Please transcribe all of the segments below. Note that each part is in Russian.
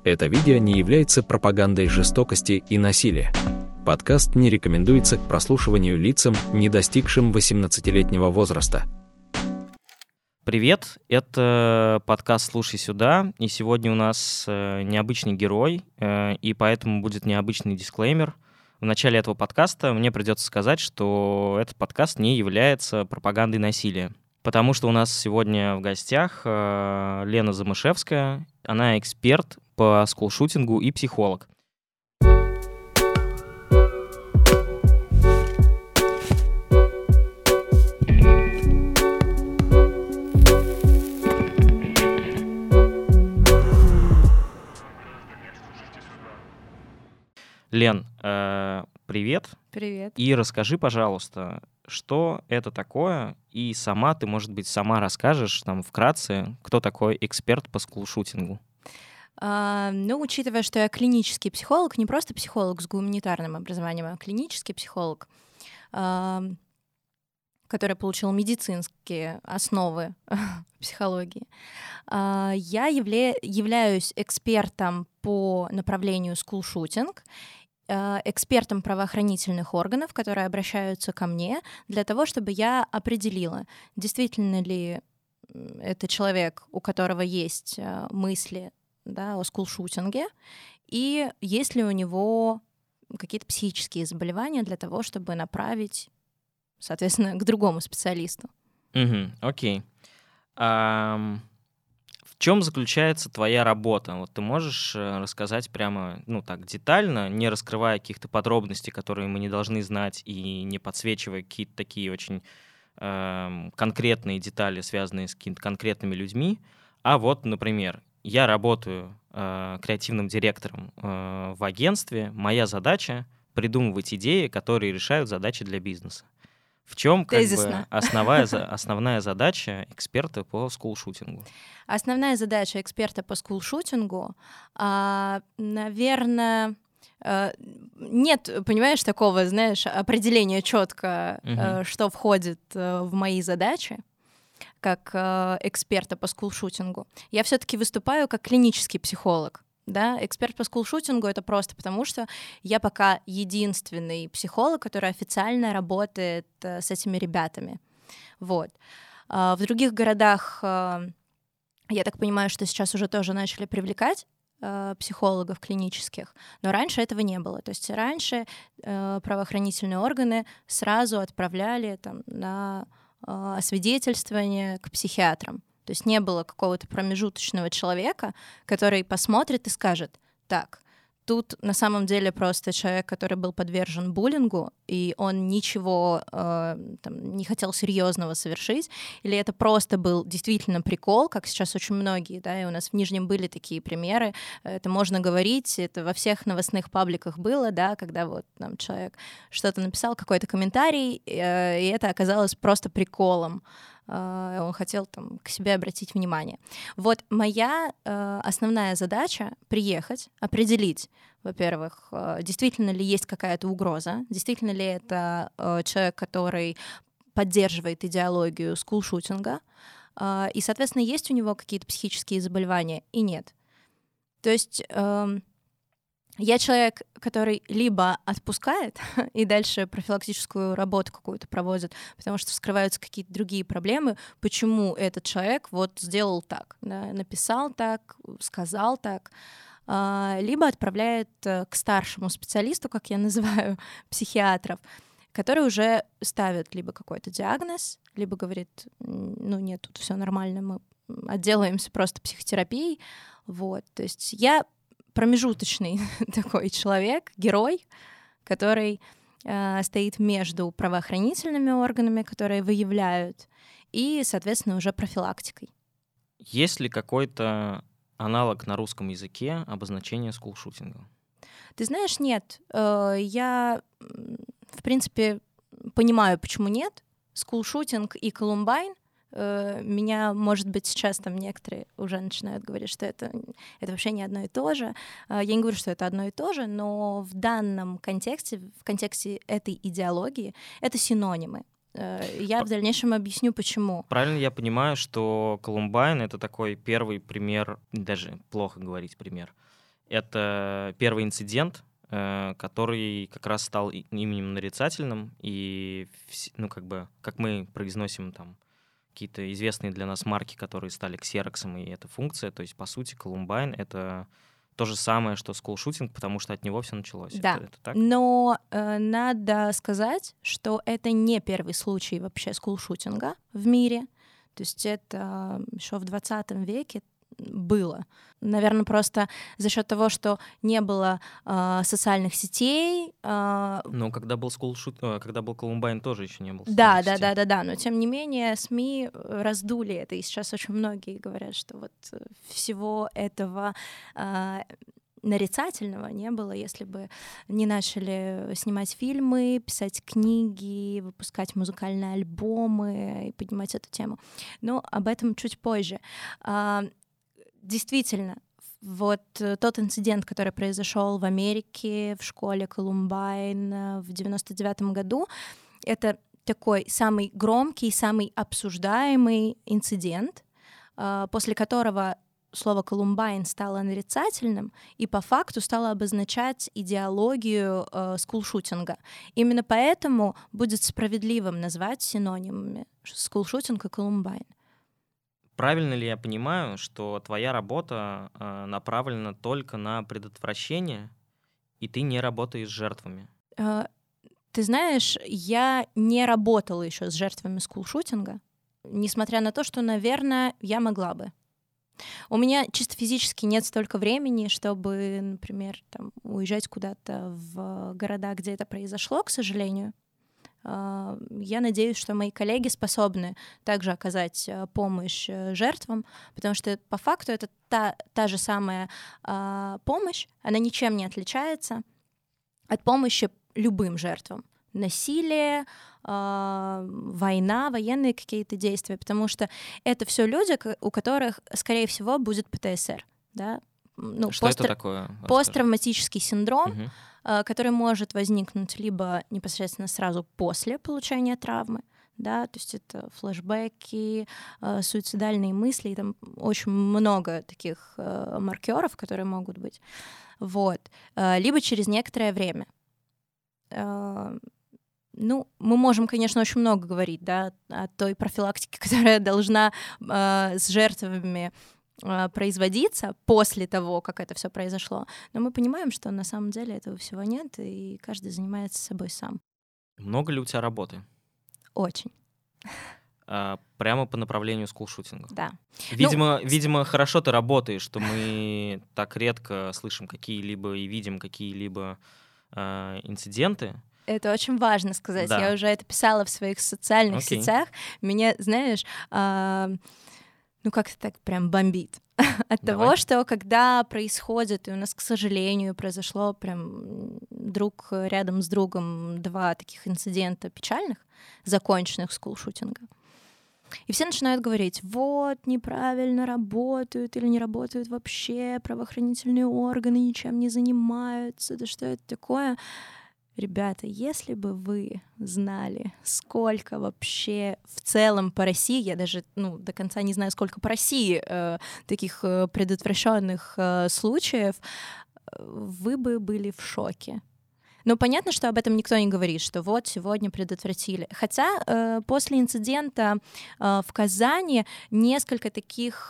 Это видео не является пропагандой жестокости и насилия. Подкаст не рекомендуется к прослушиванию лицам, не достигшим 18-летнего возраста. Привет, это подкаст «Слушай сюда», и сегодня у нас необычный герой, и поэтому будет необычный дисклеймер. В начале этого подкаста мне придется сказать, что этот подкаст не является пропагандой насилия, потому что у нас сегодня в гостях Лена Замышевская, она эксперт по скулшутингу и психолог. Лен, привет. Привет. И расскажи, пожалуйста, что это такое, и сама ты, может быть, сама расскажешь там вкратце, кто такой эксперт по скулшутингу. Учитывая, что я клинический психолог, не просто психолог с гуманитарным образованием, а клинический психолог, который получил медицинские основы психологии, я являюсь экспертом по направлению скулшутинг, экспертом правоохранительных органов, которые обращаются ко мне для того, чтобы я определила, действительно ли это человек, у которого есть мысли, да, о скулшутинге, и есть ли у него какие-то психические заболевания для того, чтобы направить, соответственно, к другому специалисту. Окей. В чем заключается твоя работа? Вот ты можешь рассказать прямо, детально, не раскрывая каких-то подробностей, которые мы не должны знать, и не подсвечивая какие-то такие очень конкретные детали, связанные с какими-то конкретными людьми. А вот, например, я работаю креативным директором в агентстве. Моя задача — придумывать идеи, которые решают задачи для бизнеса. В чем основная задача эксперта по скулшутингу? Основная задача эксперта по скулшутингу, наверное, нет, понимаешь, такого, определения четко, что входит в мои задачи, как эксперта по скулшутингу. Я все-таки выступаю как клинический психолог. Да? Эксперт по скулшутингу — это просто потому, что я пока единственный психолог, который официально работает с этими ребятами. Вот. В других городах, я так понимаю, что сейчас уже тоже начали привлекать психологов клинических, но раньше этого не было. То есть раньше правоохранительные органы сразу отправляли на освидетельствование к психиатрам. То есть не было какого-то промежуточного человека, который посмотрит и скажет: так, тут на самом деле просто человек, который был подвержен буллингу, и он ничего не хотел серьезного совершить, или это просто был действительно прикол, как сейчас очень многие, да, и у нас в Нижнем были такие примеры, это можно говорить, это во всех новостных пабликах было, да, когда вот там человек что-то написал, какой-то комментарий, и это оказалось просто приколом. Он хотел к себе обратить внимание. Вот моя основная задача — приехать, определить, во-первых, действительно ли есть какая-то угроза, действительно ли это человек, который поддерживает идеологию скулшутинга, и, соответственно, есть у него какие-то психические заболевания, и нет. То есть я человек, который либо отпускает и дальше профилактическую работу какую-то проводит, потому что вскрываются какие-то другие проблемы, почему этот человек вот сделал так, да, написал так, сказал так, либо отправляет к старшему специалисту, как я называю, психиатров, который уже ставит либо какой-то диагноз, либо говорит: нет, тут все нормально, мы отделаемся просто психотерапией. Вот, то есть я промежуточный такой человек, герой, который стоит между правоохранительными органами, которые выявляют, и, соответственно, уже профилактикой. Есть ли какой-то аналог на русском языке обозначения скулшутинга? Ты знаешь, нет. Я, в принципе, понимаю, почему нет. Скулшутинг и Колумбайн меня, может быть, сейчас некоторые уже начинают говорить, что это вообще не одно и то же. Я не говорю, что это одно и то же, но в данном контексте, в контексте этой идеологии, это синонимы. Я в дальнейшем объясню, почему. Правильно я понимаю, что Колумбайн — это такой первый пример, даже плохо говорить пример, Это первый инцидент, который как раз стал именем нарицательным, и, ну, как мы произносим там какие-то известные для нас марки, которые стали ксероксом, и эта функция, то есть, по сути, Columbine — это то же самое, что скулшутинг, потому что от него все началось. Да, это так? Но надо сказать, что это не первый случай вообще скулшутинга в мире. То есть это еще в 20 веке было. Наверное, просто за счет того, что не было социальных сетей. Но когда был когда был Columbine, тоже еще не было. Да. Но тем не менее СМИ раздули это, и сейчас очень многие говорят, что вот всего этого нарицательного не было, если бы не начали снимать фильмы, писать книги, выпускать музыкальные альбомы и поднимать эту тему. Но об этом чуть позже. Действительно, вот тот инцидент, который произошел в Америке, в школе Columbine в 99 году, это такой самый громкий, самый обсуждаемый инцидент, после которого слово Columbine стало нарицательным и по факту стало обозначать идеологию скулшутинга. Именно поэтому будет справедливым назвать синонимами скулшутинг и Columbine. Правильно ли я понимаю, что твоя работа направлена только на предотвращение, и ты не работаешь с жертвами? Ты знаешь, я не работала еще с жертвами скулшутинга, несмотря на то, что, наверное, я могла бы. У меня чисто физически нет столько времени, чтобы, например, там, уезжать куда-то в города, где это произошло, к сожалению. Я надеюсь, что мои коллеги способны также оказать помощь жертвам, потому что по факту это та же самая помощь, она ничем не отличается от помощи любым жертвам. Насилие, война, военные какие-то действия, потому что это все люди, у которых, скорее всего, будет ПТСР. Да? Ну, что это такое? Посттравматический синдром, который может возникнуть либо непосредственно сразу после получения травмы, да, то есть это флешбеки, суицидальные мысли, и там очень много таких маркеров, которые могут быть, вот, либо через некоторое время. Ну, мы можем, конечно, очень много говорить, да, о той профилактике, которая должна с жертвами производиться после того, как это все произошло. Но мы понимаем, что на самом деле этого всего нет, и каждый занимается собой сам. Много ли у тебя работы? Очень. Прямо по направлению скулшутинга? Да. Видимо, хорошо ты работаешь, что мы так редко слышим какие-либо и видим какие-либо инциденты. Это очень важно сказать. Да. Я уже это писала в своих социальных сетях. Меня, знаешь, ну как-то так прям бомбит от того, что когда происходит, и у нас, к сожалению, произошло прям друг рядом с другом 2 таких инцидента печальных, законченных скулшутинга, и все начинают говорить, вот, неправильно работают или не работают вообще, правоохранительные органы ничем не занимаются, да что это такое? Ребята, если бы вы знали, сколько вообще в целом по России, я даже до конца не знаю, сколько по России таких предотвращенных случаев, вы бы были в шоке. Но понятно, что об этом никто не говорит, что вот сегодня предотвратили. Хотя после инцидента в Казани несколько таких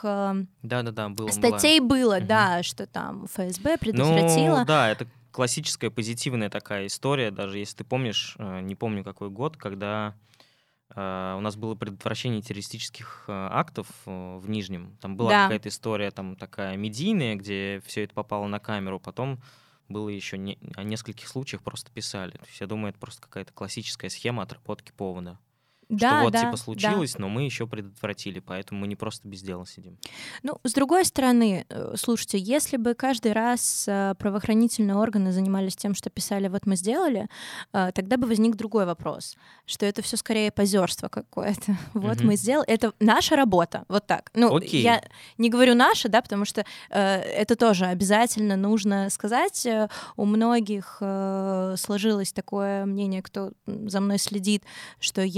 статей было, да, что там ФСБ предотвратило. Ну, да, это классическая позитивная такая история, даже если ты помнишь, не помню какой год, когда у нас было предотвращение террористических актов в Нижнем. Там была какая-то история там такая медийная, где все это попало на камеру, потом было еще о нескольких случаях просто писали. То есть я думаю, это просто какая-то классическая схема отработки повода. Да, что вот случилось, но мы еще предотвратили, поэтому мы не просто без дела сидим. Ну, с другой стороны, слушайте, если бы каждый раз правоохранительные органы занимались тем, что писали «вот мы сделали», тогда бы возник другой вопрос, что это все скорее позерство какое-то. Вот мы сделали, это наша работа, вот так. Ну, я не говорю наша, да, потому что это тоже обязательно нужно сказать. У многих сложилось такое мнение, кто за мной следит, что я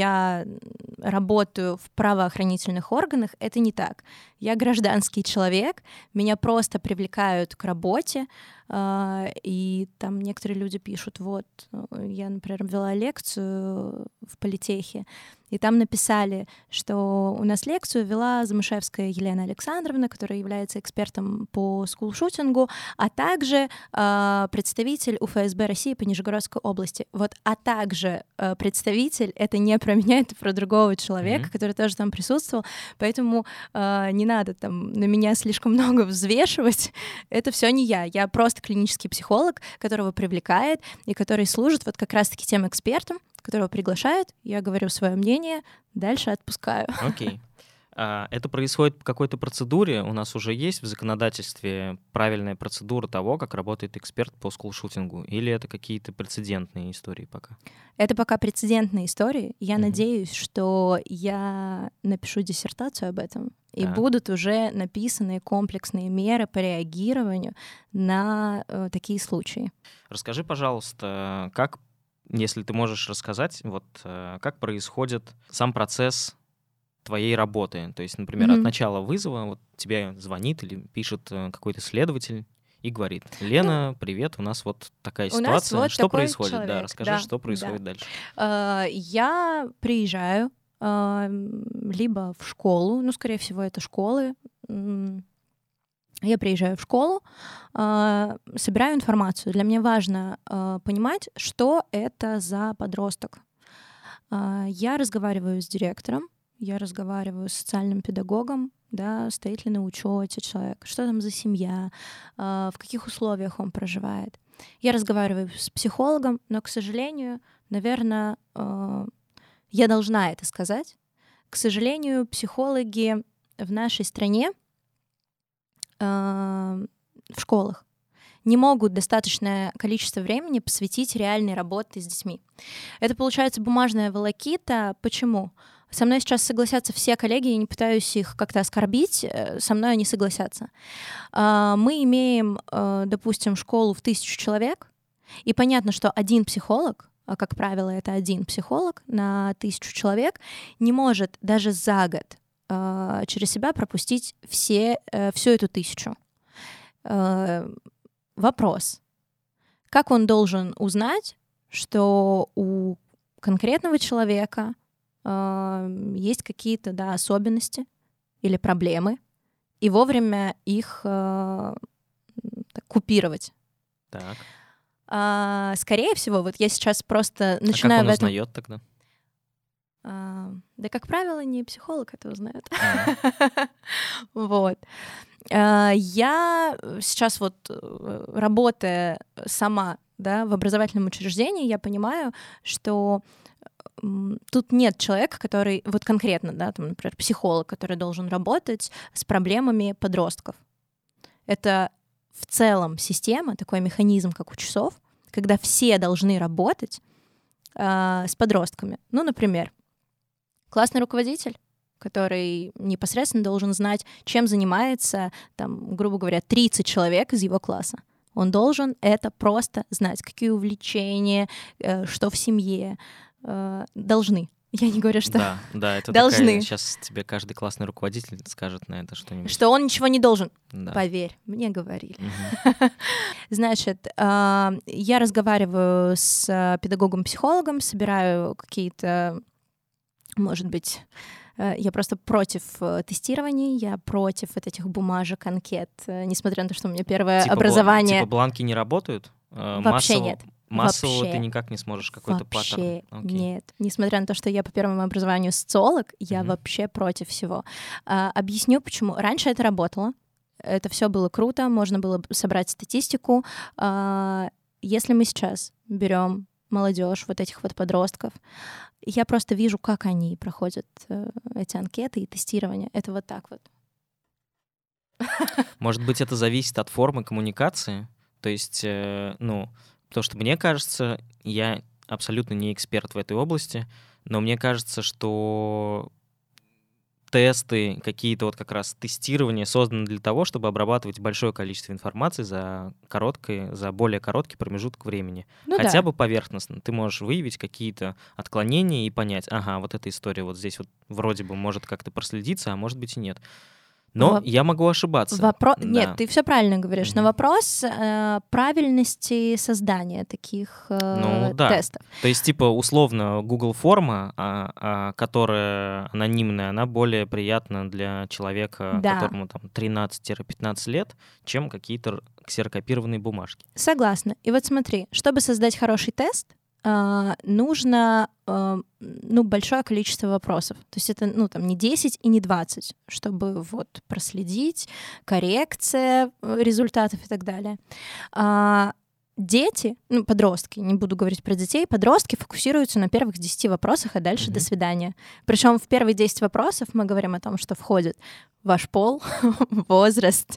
работаю в правоохранительных органах, это не так. Я гражданский человек, меня просто привлекают к работе, и там некоторые люди пишут, вот, я, например, вела лекцию в политехе, и там написали, что у нас лекцию вела Замышевская Елена Александровна, которая является экспертом по скулшутингу, а также представитель УФСБ России по Нижегородской области. Вот, а также представитель, это не про меня, это про другого человека, который тоже там присутствовал, поэтому не надо там на меня слишком много взвешивать. Это все не я просто клинический психолог, которого привлекает и который служит вот как раз-таки тем экспертам, которого приглашают, я говорю свое мнение, дальше отпускаю. Окей. Это происходит по какой-то процедуре? У нас уже есть в законодательстве правильная процедура того, как работает эксперт по скулшутингу? Или это какие-то прецедентные истории пока? Это пока прецедентные истории. Я надеюсь, что я напишу диссертацию об этом, и будут уже написаны комплексные меры по реагированию на такие случаи. Расскажи, пожалуйста, как, если ты можешь рассказать, вот как происходит сам процесс твоей работы. То есть, например, от начала вызова вот тебе звонит или пишет какой-то следователь и говорит: Лена, привет, у нас вот такая ситуация. Вот что происходит? Человек. Да, расскажи, что происходит дальше. Я приезжаю либо в школу, ну, скорее всего, это школы. Я приезжаю в школу, собираю информацию. Для меня важно понимать, что это за подросток. Я разговариваю с директором, я разговариваю с социальным педагогом, да, стоит ли на учете человек, что там за семья, в каких условиях он проживает. Я разговариваю с психологом, но, к сожалению, наверное, я должна это сказать. К сожалению, психологи в нашей стране в школах не могут достаточное количество времени посвятить реальной работе с детьми. Это получается бумажная волокита. Почему? Со мной сейчас согласятся все коллеги, я не пытаюсь их как-то оскорбить, со мной они согласятся. Мы имеем, допустим, школу в 1000 человек, и понятно, что один психолог, а как правило, это один психолог на 1000 человек, не может даже за год через себя пропустить всю эту 1000. Вопрос. Как он должен узнать, что у конкретного человека есть какие-то, да, особенности или проблемы, и вовремя их купировать? Так. Скорее всего, вот я сейчас просто начинаю... А как он узнает тогда? Да, как правило, не психолог это узнает. Вот. Я сейчас вот, работая сама, да, в образовательном учреждении, я понимаю, что тут нет человека, который, вот конкретно, да, там, например, психолог, который должен работать с проблемами подростков. Это в целом система, такой механизм, как у часов, когда все должны работать с подростками. Ну, например, классный руководитель, который непосредственно должен знать, чем занимается, там, грубо говоря, 30 человек из его класса. Он должен это просто знать, какие увлечения, что в семье. Должны. Я не говорю, что да, это должны. Такая, сейчас тебе каждый классный руководитель скажет на это что-нибудь. Что он ничего не должен. Да. Поверь, мне говорили. Значит, я разговариваю с педагогом-психологом, собираю какие-то, может быть, я просто против тестирований, я против вот этих бумажек, анкет, несмотря на то, что у меня первое образование... Типа бланки не работают? Вообще нет. Массово вообще, ты никак не сможешь какой-то вообще паттерн? Нет. Несмотря на то, что я по первому образованию социолог, я вообще против всего. Объясню, почему. Раньше это работало. Это все было круто, можно было собрать статистику. Если мы сейчас берем молодежь, вот этих вот подростков, я просто вижу, как они проходят эти анкеты и тестирование. Это вот так вот. Может быть, это зависит от формы коммуникации? То есть, потому что мне кажется, я абсолютно не эксперт в этой области, но мне кажется, что тесты, какие-то вот как раз тестирования созданы для того, чтобы обрабатывать большое количество информации за более короткий промежуток времени. Хотя бы поверхностно. Ты можешь выявить какие-то отклонения и понять, ага, вот эта история вот здесь вот вроде бы может как-то проследиться, а может быть и нет. Но я могу ошибаться. Да. Нет, ты все правильно говоришь, но вопрос правильности создания таких тестов. То есть, типа, условно, Google форма, которая анонимная, она более приятна для человека, которому там 13-15 лет, чем какие-то ксерокопированные бумажки. Согласна. И вот смотри, чтобы создать хороший тест, нужно большое количество вопросов. То есть это не 10 и не 20, чтобы вот проследить, коррекция результатов и так далее. Дети, подростки, не буду говорить про детей, подростки фокусируются на первых 10 вопросах, а дальше до свидания. Причем в первые 10 вопросов мы говорим о том, что входит ваш пол, возраст,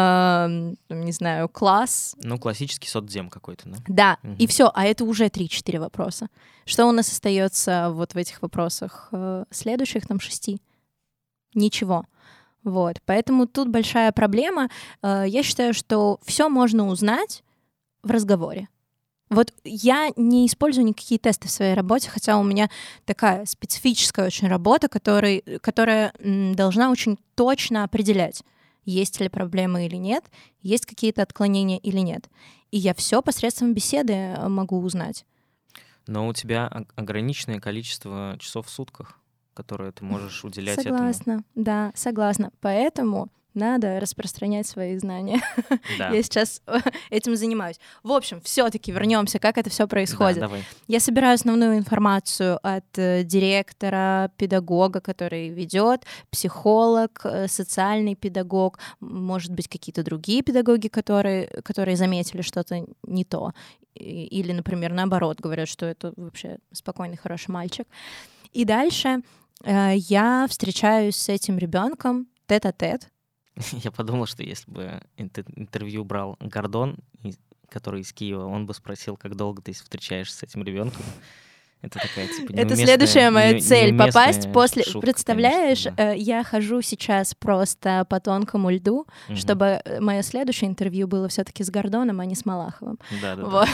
не знаю, класс. Классический соцдем какой-то, да? Да, и все, а это уже 3-4 вопроса. Что у нас остается вот в этих вопросах следующих, 6? Ничего. Вот, поэтому тут большая проблема. Я считаю, что все можно узнать в разговоре. Вот я не использую никакие тесты в своей работе, хотя у меня такая специфическая очень работа, которая должна очень точно определять, есть ли проблемы или нет, есть какие-то отклонения или нет. И я все посредством беседы могу узнать. Но у тебя ограниченное количество часов в сутках, которые ты можешь уделять этому. Согласна, да, согласна. Поэтому надо распространять свои знания. Да. Я сейчас этим занимаюсь. В общем, все-таки вернемся, как это все происходит. Да, давай. Я собираю основную информацию от директора, педагога, который ведет, психолог, социальный педагог, может быть, какие-то другие педагоги, которые заметили что-то не то. Или, например, наоборот, говорят, что это вообще спокойный, хороший мальчик. И дальше я встречаюсь с этим ребенком тет-а-тет. Я подумал, что если бы интервью брал Гордон, который из Киева, он бы спросил, как долго ты встречаешься с этим ребенком. Это такая, типа, это следующая моя цель — попасть после... Шутка, Представляешь, конечно, да. Я хожу сейчас просто по тонкому льду, чтобы мое следующее интервью было все-таки с Гордоном, а не с Малаховым. Да.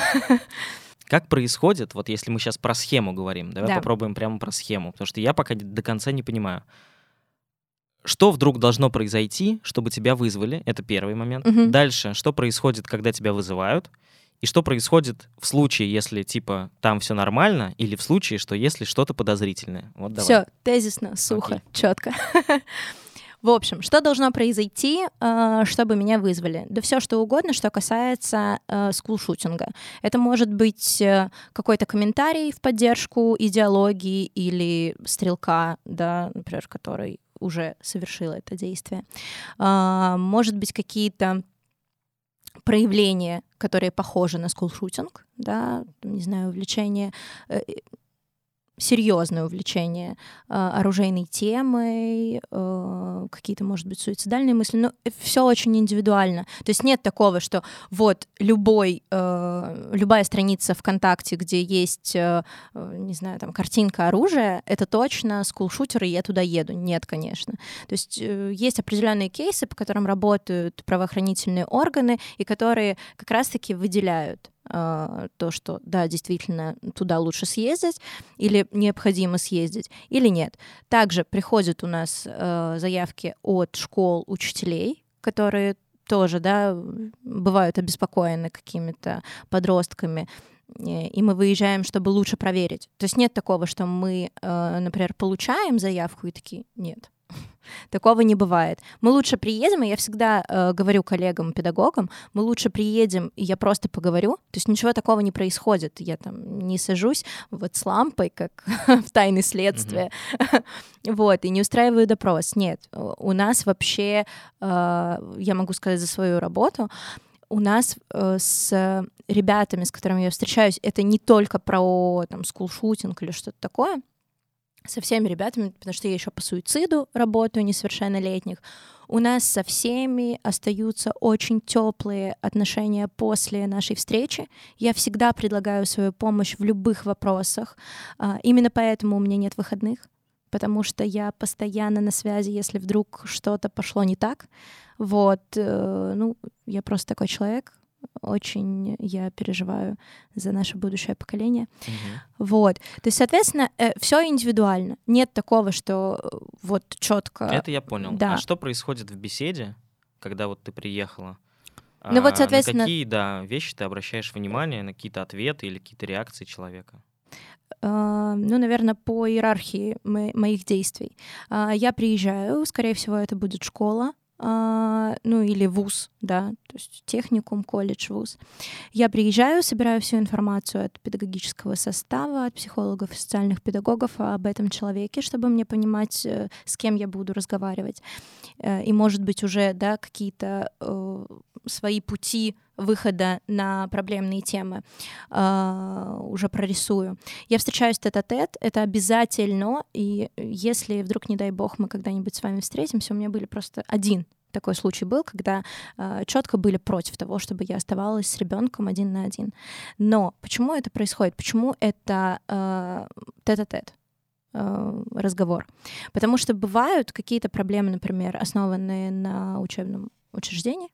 Как происходит, вот если мы сейчас про схему говорим, давай попробуем прямо про схему, потому что я пока до конца не понимаю. Что вдруг должно произойти, чтобы тебя вызвали? Это первый момент. Дальше, что происходит, когда тебя вызывают? И что происходит в случае, если, типа, там все нормально, или в случае, что если что-то подозрительное? Вот давай. Все, тезисно, сухо, четко. В общем, что должно произойти, чтобы меня вызвали? Да все, что угодно, что касается скулшутинга. Это может быть какой-то комментарий в поддержку идеологии или стрелка, да, например, который уже совершила это действие. Может быть, какие-то проявления, которые похожи на скулшутинг, да, не знаю, увлечение, серьезное увлечение оружейной темой, какие-то, может быть, суицидальные мысли, но все очень индивидуально. То есть нет такого, что вот любая страница ВКонтакте, где есть, не знаю, там картинка оружия, это точно скулшутер, и я туда еду. Нет, конечно. То есть есть определенные кейсы, по которым работают правоохранительные органы, и которые как раз-таки выделяют то, что, да, действительно, туда лучше съездить, или необходимо съездить, или нет. Также приходят у нас заявки от школ учителей, которые тоже, да, бывают обеспокоены какими-то подростками, и мы выезжаем, чтобы лучше проверить. То есть нет такого, что мы, например, получаем заявку и такие, нет. Такого не бывает. Мы лучше приедем, и я всегда говорю коллегам, педагогам, мы лучше приедем, и я просто поговорю. То есть ничего такого не происходит. Я там не сажусь вот с лампой, как в «Тайны следствия», вот, и не устраиваю допрос. Нет, у нас вообще, я могу сказать за свою работу, у нас с ребятами, с которыми я встречаюсь, это не только про там скулшутинг или что-то такое, со всеми ребятами, потому что я еще по суициду работаю несовершеннолетних. У нас со всеми остаются очень теплые отношения после нашей встречи. Я всегда предлагаю свою помощь в любых вопросах. Именно поэтому у меня нет выходных. потому что я постоянно на связи, если вдруг что-то пошло не так. Вот, ну, я просто такой человек, очень я переживаю за наше будущее поколение. Вот, то есть, соответственно, все индивидуально. Нет такого, что вот четко. Это я понял. Да. А что происходит в беседе, когда вот ты приехала? Ну вот, соответственно... На какие, вещи ты обращаешь внимание, на какие-то ответы или какие-то реакции человека? Ну, наверное, по иерархии моих действий. Я приезжаю, скорее всего, это будет школа, ну или вуз, да, то есть техникум, колледж, вуз. Я приезжаю, собираю всю информацию от педагогического состава, от психологов и социальных педагогов об этом человеке, чтобы мне понимать, с кем я буду разговаривать. И, может быть, уже, да, какие-то свои пути выхода на проблемные темы уже прорисую. Я встречаюсь тет-а-тет, это обязательно, и если вдруг, не дай бог, мы когда-нибудь с вами встретимся, у меня были просто один такой случай был, когда четко были против того, чтобы я оставалась с ребенком 1 на 1. Но почему это происходит? Почему это тет-а-тет разговор? Потому что бывают какие-то проблемы, например, основанные на учебном учреждении,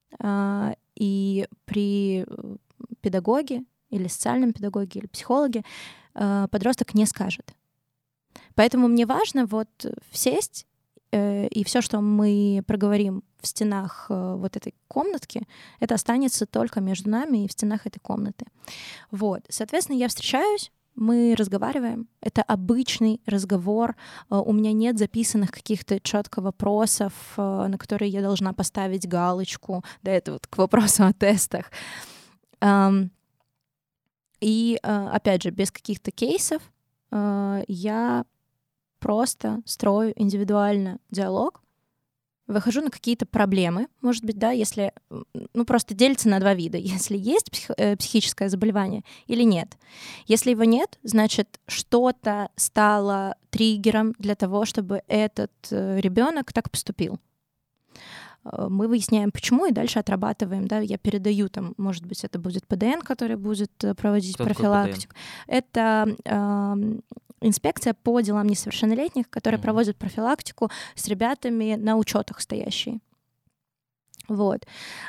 и при педагоге или социальном педагоге или психологе подросток не скажет. Поэтому мне важно вот сесть, и все, что мы проговорим в стенах вот этой комнатки, это останется только между нами и в стенах этой комнаты. Вот. Соответственно, я встречаюсь, мы разговариваем. Это обычный разговор. У меня нет записанных каких-то четко вопросов, на которые я должна поставить галочку. Да, это вот к вопросу о тестах. И, опять же, без каких-то кейсов я просто строю индивидуально диалог, выхожу на какие-то проблемы, может быть, да, если, ну, просто делится на 2 вида. Если есть психическое заболевание или нет. Если его нет, значит, что-то стало триггером для того, чтобы этот ребенок так поступил. Мы выясняем, почему, и дальше отрабатываем, да, я передаю там, может быть, это будет ПДН, который будет проводить профилактику. Это инспекция по делам несовершеннолетних, которая проводит профилактику с ребятами на учетах стоящие. Вот.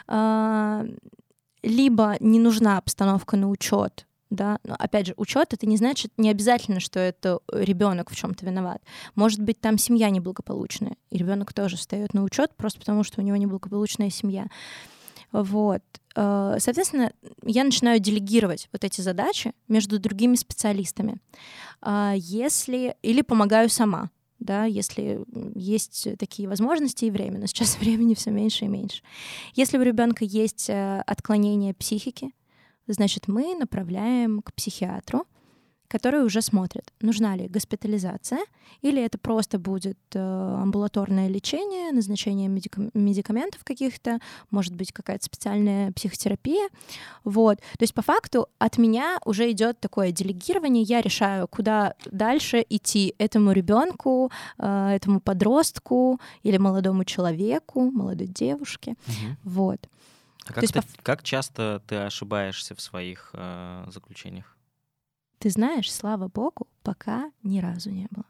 Либо не нужна обстановка на учет, да, но опять же, учет это не значит, не обязательно, что это ребенок в чем-то виноват. Может быть, там семья неблагополучная, и ребенок тоже встает на учет просто потому, что у него неблагополучная семья. Вот. Соответственно, я начинаю делегировать вот эти задачи между другими специалистами. Или помогаю сама, да, если есть такие возможности и время. Но сейчас времени все меньше и меньше. Если у ребенка есть отклонение психики, значит, мы направляем к психиатру, который уже смотрит, нужна ли госпитализация, или это просто будет амбулаторное лечение, назначение медикаментов каких-то, может быть, какая-то специальная психотерапия. Вот. То есть, по факту, от меня уже идет такое делегирование, я решаю, куда дальше идти этому ребенку, этому подростку или молодому человеку, молодой девушке. Вот. А как часто ты ошибаешься в своих заключениях? Ты знаешь, слава богу, пока ни разу не было.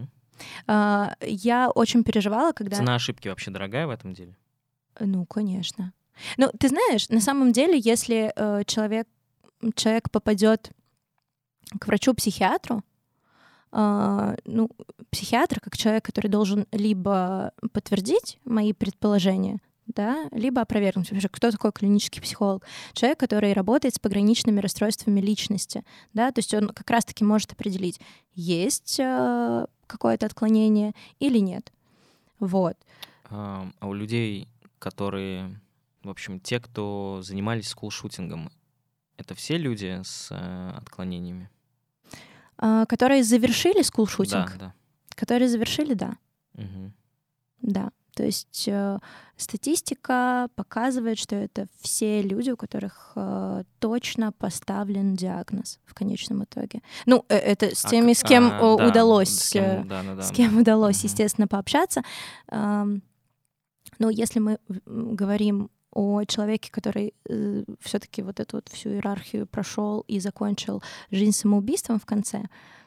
Я очень переживала, когда... Цена ошибки вообще дорогая в этом деле? Ну, конечно. Ну, ты знаешь, на самом деле, если человек попадет к врачу-психиатру, ну, психиатр, как человек, который должен либо подтвердить мои предположения, да, либо опровергнуть. Вообще, кто такой клинический психолог? Человек, который работает с пограничными расстройствами личности, да, то есть он как раз-таки может определить, есть какое-то отклонение или нет. Вот. А у людей, которые, в общем, те, кто занимались скулшутингом, это все люди с отклонениями? Которые завершили скулшутинг? Да. Которые завершили, да. Угу. Да. То есть статистика показывает, что это все люди, у которых точно поставлен диагноз в конечном итоге. Ну, это с теми, с кем удалось, естественно, пообщаться. Но если мы говорим о человеке, который все-таки вот эту вот всю иерархию прошел и закончил жизнь самоубийством в конце,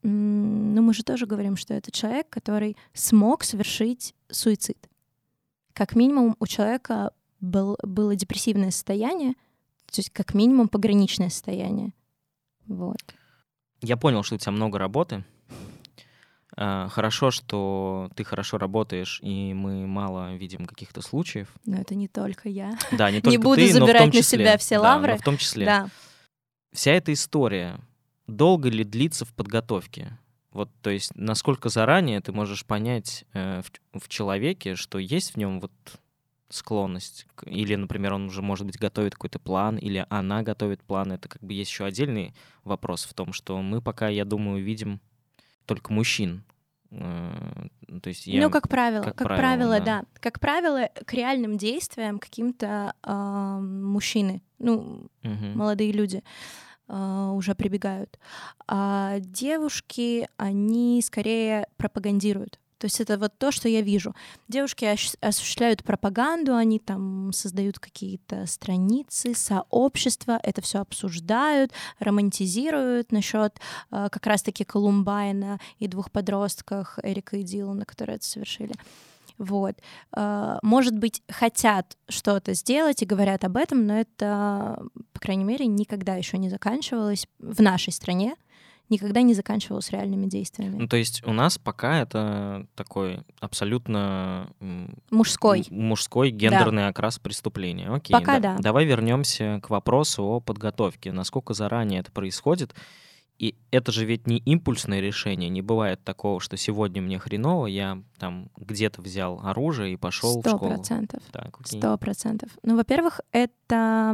мы же тоже говорим, что это человек, который смог совершить суицид. Как минимум у человека было депрессивное состояние, то есть как минимум пограничное состояние. Вот. Я понял, что у тебя много работы. Хорошо, что ты хорошо работаешь, и мы мало видим каких-то случаев. Но это не только я. Да, не только не буду ты, забирать но в том числе, на себя все лавры. но в том числе. Да. Вся эта история долго ли длится в подготовке? Вот, то есть, насколько заранее ты можешь понять в человеке, что есть в нем вот склонность, или, например, он уже, может быть, готовит какой-то план, или она готовит план. Это как бы есть еще отдельный вопрос в том, что мы пока, я думаю, видим только мужчин. То есть как правило, да. да. Как правило, к реальным действиям каким-то мужчины, молодые люди уже прибегают. А девушки, они скорее пропагандируют. То есть это вот то, что я вижу. Девушки осуществляют пропаганду, они там создают какие-то страницы, сообщества, это все обсуждают, романтизируют насчет как раз-таки Колумбайна и 2 подростках, Эрика и Дилана, которые это совершили. Вот. Может быть, хотят что-то сделать и говорят об этом, но это, по крайней мере, никогда еще не заканчивалось в нашей стране. Никогда не заканчивалось реальными действиями. Ну, то есть у нас пока это такой абсолютно мужской гендерный окрас преступления. Окей, пока да. Давай вернемся к вопросу о подготовке. Насколько заранее это происходит? И это же ведь не импульсное решение. Не бывает такого, что сегодня мне хреново, я там где-то взял оружие и пошел в школу. 100%. Так, 100%. Ну, во-первых, это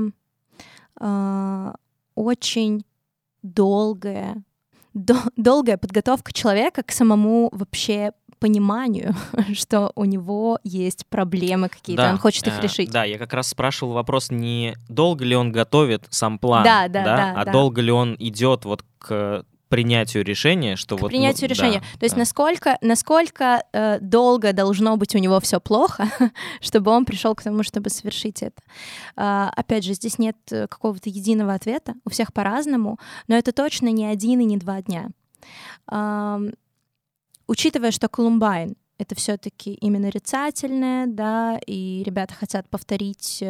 очень долгая подготовка человека к самому вообще пониманию, что у него есть проблемы какие-то, он хочет их решить. Да, я как раз спрашивал вопрос, не долго ли он готовит сам план, да, долго ли он идет вот к принятию решения, что к принятию решения. То есть насколько долго должно быть у него все плохо, чтобы он пришел к тому, чтобы совершить это. Опять же, здесь нет какого-то единого ответа, у всех по-разному, но это точно не 1 и не 2 дня. Учитывая, что Колумбайн — это все-таки именно нарицательное, да, и ребята хотят повторить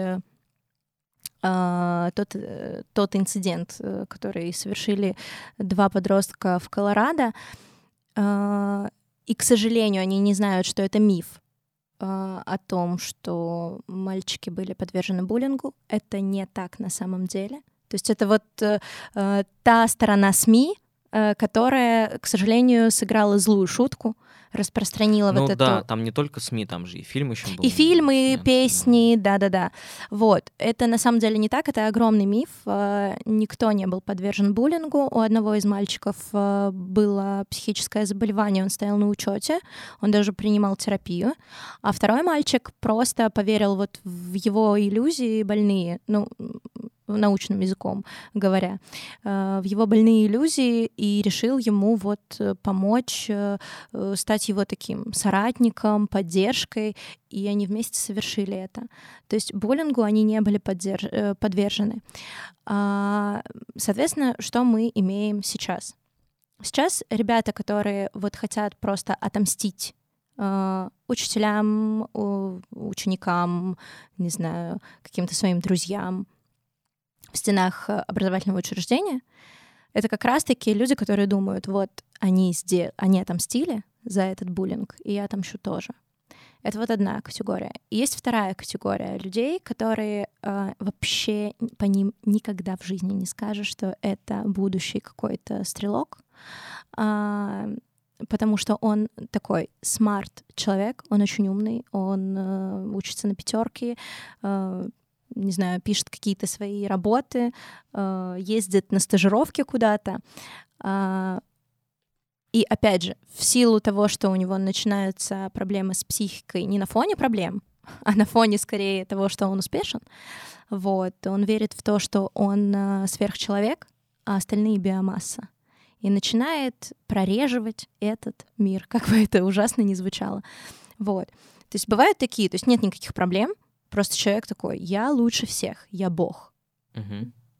тот инцидент, который совершили 2 подростка в Колорадо, и, к сожалению, они не знают, что это миф о том, что мальчики были подвержены буллингу. Это не так на самом деле. То есть это вот та сторона СМИ, которая, к сожалению, сыграла злую шутку, распространила вот эту... Ну да, там не только СМИ, там же и фильм еще был. И фильмы, песни, да-да-да. Вот, это на самом деле не так, это огромный миф. Никто не был подвержен буллингу. У одного из мальчиков было психическое заболевание, он стоял на учете, он даже принимал терапию. А второй мальчик просто поверил вот в его иллюзии больные, научным языком говоря, в его больные иллюзии и решил ему вот помочь стать его таким соратником, поддержкой, и они вместе совершили это. То есть буллингу они не были подвержены. Соответственно, что мы имеем сейчас? Сейчас ребята, которые вот хотят просто отомстить учителям, ученикам, не знаю, каким-то своим друзьям, в стенах образовательного учреждения, это как раз-таки люди, которые думают, вот они отомстили за этот буллинг, и я отомщу тоже. Это вот одна категория. И есть вторая категория людей, которые вообще по ним никогда в жизни не скажешь, что это будущий какой-то стрелок, потому что он такой смарт-человек, он очень умный, он учится на 5, не знаю, пишет какие-то свои работы, ездит на стажировки куда-то. И опять же, в силу того, что у него начинаются проблемы с психикой не на фоне проблем, а на фоне скорее того, что он успешен, вот, он верит в то, что он сверхчеловек, а остальные — биомасса. И начинает прореживать этот мир, как бы это ужасно ни звучало. Вот. То есть бывают такие, то есть нет никаких проблем, просто человек такой: я лучше всех, я бог. Угу.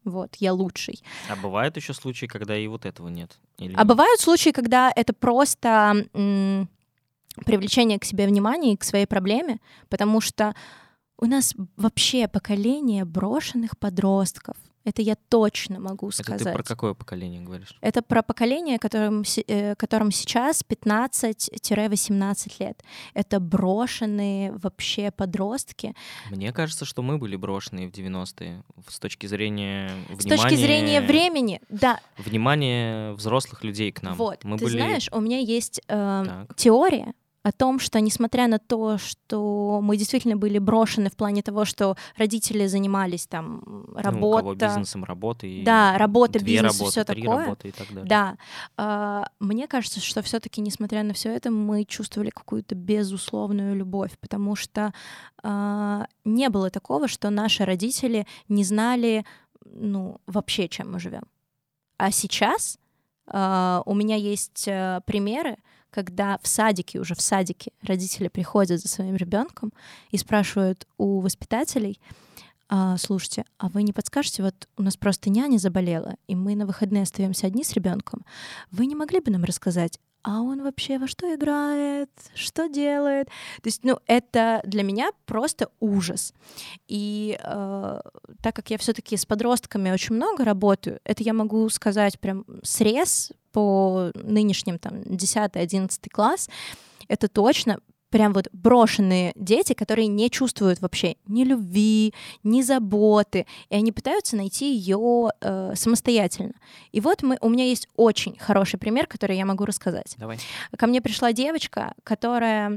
Вот, я лучший. А бывают еще случаи, когда и вот этого нет? Или А нет? бывают случаи, когда это просто привлечение к себе внимания и к своей проблеме, потому что у нас вообще поколение брошенных подростков. Это я точно могу сказать. Это ты про какое поколение говоришь? Это про поколение, которым сейчас 15-18 лет. Это брошенные вообще подростки. Мне кажется, что мы были брошенные в 90-е с точки зрения С точки зрения времени, да. Внимание взрослых людей к нам. Вот, Мы ты были... знаешь, у меня есть Так. теория о том, что несмотря на то, что мы действительно были брошены в плане того, что родители занимались там Ну, у работа, кого бизнесом, работой. да, работа, 2 бизнес, работы, все 3 такое. работы и так далее. Да, мне кажется, что все-таки, несмотря на все это, мы чувствовали какую-то безусловную любовь, потому что не было такого, что наши родители не знали, ну, вообще, чем мы живем. А сейчас у меня есть примеры, когда уже в садике родители приходят за своим ребенком и спрашивают у воспитателей: слушайте, а вы не подскажете, вот у нас просто няня заболела, и мы на выходные остаемся одни с ребенком. Вы не могли бы нам рассказать, а он вообще во что играет, что делает? То есть, ну, это для меня просто ужас. И так как я все-таки с подростками очень много работаю, это я могу сказать прям срез по нынешним там 10-11 класс, это точно прям вот брошенные дети, которые не чувствуют вообще ни любви, ни заботы, и они пытаются найти ее самостоятельно. И вот у меня есть очень хороший пример, который я могу рассказать. Давай. Ко мне пришла девочка, которая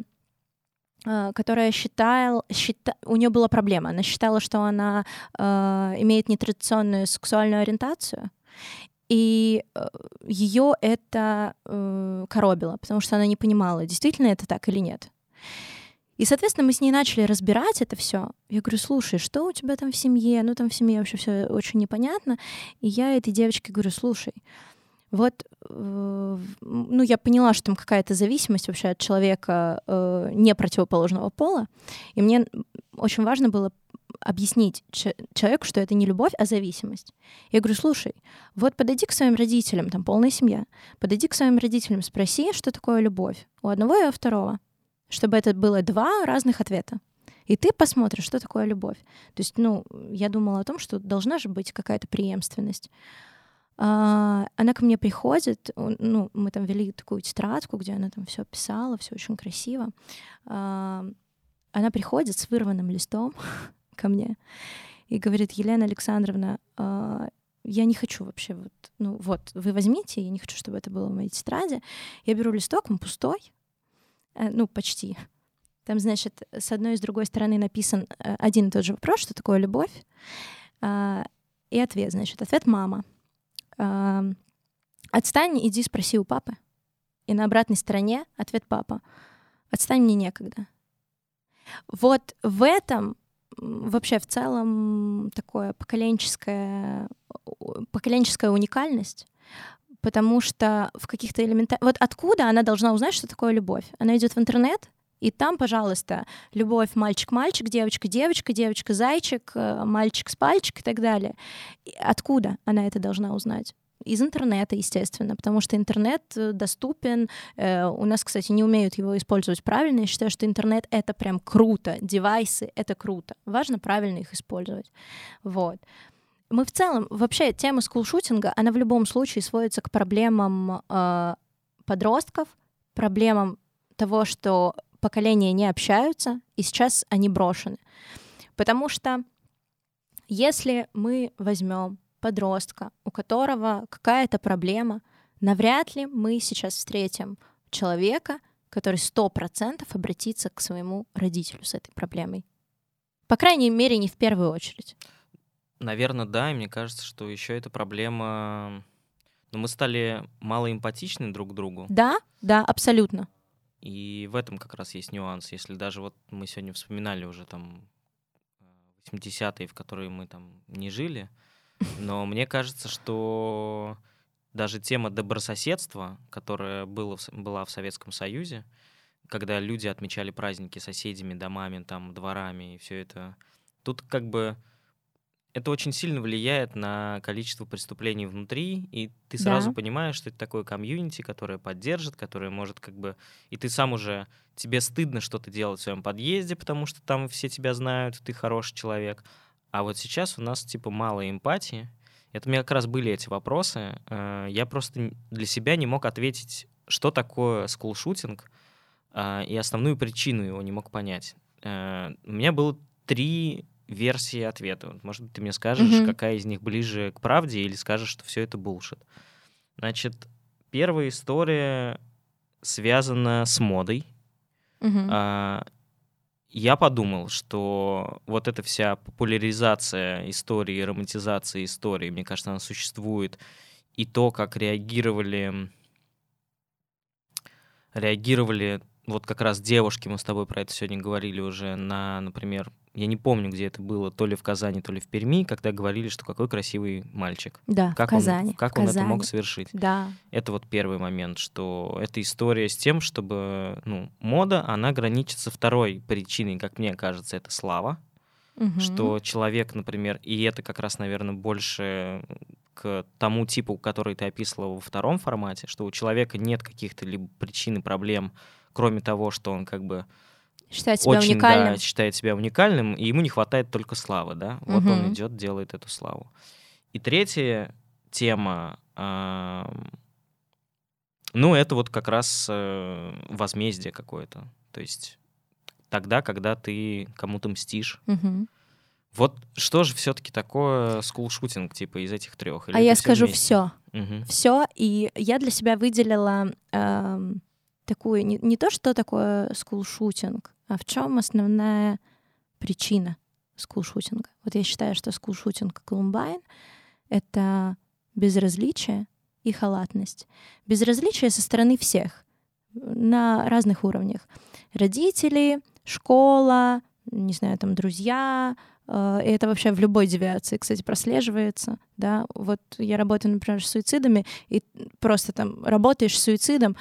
у нее была проблема. Она считала, что она имеет нетрадиционную сексуальную ориентацию, и ее это коробило, потому что она не понимала, действительно это так или нет. И, соответственно, мы с ней начали разбирать это все. Я говорю: слушай, что у тебя там в семье? Ну, там в семье вообще все очень непонятно. И я этой девочке говорю: слушай, вот, ну, я поняла, что там какая-то зависимость вообще от человека не противоположного пола, и мне очень важно было объяснить человеку, что это не любовь, а зависимость. Я говорю: слушай, вот подойди к своим родителям, там полная семья, подойди к своим родителям, спроси, что такое любовь у одного и у второго, чтобы это было 2 разных ответа. И ты посмотришь, что такое любовь. То есть, ну, я думала о том, что должна же быть какая-то преемственность. Она ко мне приходит, ну, мы там вели такую тетрадку, где она там все писала, все очень красиво. Она приходит с вырванным листом ко мне и говорит: Елена Александровна, я не хочу вообще, вот, вы возьмите, я не хочу, чтобы это было в моей тетради. Я беру листок, он пустой, ну, почти. Там, значит, с одной и с другой стороны написан один и тот же вопрос, что такое любовь, и ответ, значит, ответ мама. Отстань, иди спроси у папы. И на обратной стороне ответ папа: отстань, мне некогда. Вот в этом вообще в целом такое поколенческая уникальность, потому что в каких-то элементарных... Вот откуда она должна узнать, что такое любовь? Она идет в интернет, и там, пожалуйста, любовь мальчик-мальчик, девочка-девочка, девочка-зайчик, мальчик с пальчик и так далее. И откуда она это должна узнать? Из интернета, естественно, потому что интернет доступен. У нас, кстати, не умеют его использовать правильно. Я считаю, что интернет — это прям круто. Девайсы — это круто. Важно правильно их использовать. Вот. Мы в целом, вообще, тема скулшутинга, она в любом случае сводится к проблемам подростков, проблемам того, что поколения не общаются, и сейчас они брошены. Потому что если мы возьмем подростка, у которого какая-то проблема, навряд ли мы сейчас встретим человека, который 100% обратится к своему родителю с этой проблемой. По крайней мере, не в первую очередь. Наверное, да, и мне кажется, что еще эта проблема... Ну, мы стали малоэмпатичны друг к другу. Да, абсолютно. И в этом как раз есть нюанс. Если даже вот мы сегодня вспоминали уже там 80-е, в которые мы там не жили, но мне кажется, что даже тема добрососедства, которая была в Советском Союзе, когда люди отмечали праздники соседями, домами, там, дворами и все это, тут как бы это очень сильно влияет на количество преступлений внутри, и ты сразу понимаешь, что это такое комьюнити, которое поддержит, которое может как бы... И ты сам уже... Тебе стыдно что-то делать в своем подъезде, потому что там все тебя знают, ты хороший человек. А вот сейчас у нас типа мало эмпатии. Это у меня как раз были эти вопросы. Я просто для себя не мог ответить, что такое скулшутинг, и основную причину его не мог понять. У меня было 3 версии ответа. Может быть, ты мне скажешь, какая из них ближе к правде, или скажешь, что все это булшит. Значит, первая история связана с модой. Я подумал, что вот эта вся популяризация истории, романтизация истории, мне кажется, она существует, и то, как реагировали вот как раз девушки, мы с тобой про это сегодня говорили уже, например, я не помню, где это было, то ли в Казани, то ли в Перми, когда говорили, что какой красивый мальчик. Да, как в Казани. Как он это мог совершить? Да. Это вот первый момент, что это история с тем, чтобы, мода, она граничит со второй причиной, как мне кажется, это слава. Что человек, например, и это как раз, наверное, больше к тому типу, который ты описывала во втором формате, что у человека нет каких-то либо причин и проблем, кроме того, что он как бы считает себя уникальным. Да, считает себя уникальным, и ему не хватает только славы, да? Вот он идет, делает эту славу. И третья тема, это вот как раз возмездие какое-то. То есть тогда, когда ты кому-то мстишь. Вот что же все-таки такое скулшутинг, типа, из этих 3? А я скажу все. Все, и я для себя выделила такую, не то, что такое скулшутинг, а в чем основная причина скулшутинга. Вот я считаю, что скулшутинг Колумбайн — это безразличие и халатность. Безразличие со стороны всех на разных уровнях. Родители, школа, не знаю, там, друзья. И это вообще в любой девиации, кстати, прослеживается. Да? Вот я работаю, например, с суицидами, и просто там работаешь с суицидом,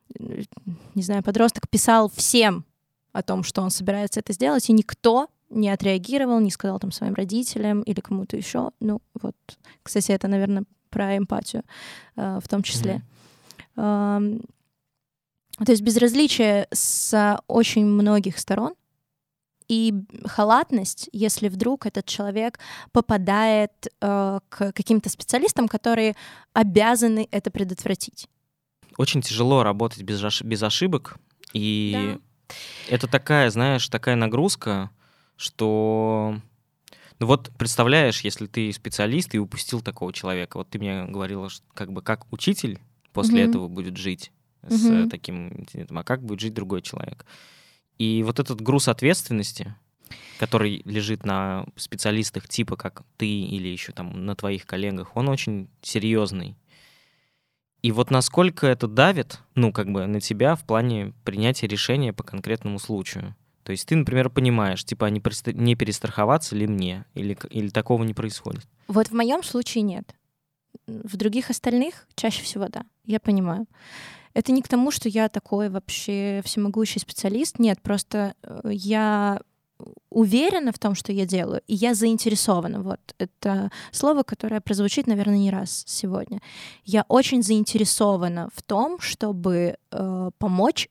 не знаю, подросток писал всем о том, что он собирается это сделать, и никто не отреагировал, не сказал там своим родителям или кому-то еще. Кстати, это, наверное, про эмпатию в том числе. То есть безразличие с очень многих сторон и халатность, если вдруг этот человек попадает к каким-то специалистам, которые обязаны это предотвратить. Очень тяжело работать без ошибок, и это такая, знаешь, такая нагрузка, что... вот представляешь, если ты специалист и упустил такого человека. Вот ты мне говорила, что как учитель после этого будет жить с таким инцидентом, а как будет жить другой человек. И вот этот груз ответственности, который лежит на специалистах типа как ты или еще там на твоих коллегах, он очень серьезный. И вот насколько это давит, на тебя в плане принятия решения по конкретному случаю. То есть ты, например, понимаешь, типа, не перестраховаться ли мне, или такого не происходит? Вот в моем случае нет. В других остальных чаще всего да, я понимаю. Это не к тому, что я такой вообще всемогущий специалист. Нет, просто я уверена в том, что я делаю, и я заинтересована. Вот это слово, которое прозвучит, наверное, не раз сегодня. Я очень заинтересована в том, чтобы помочь,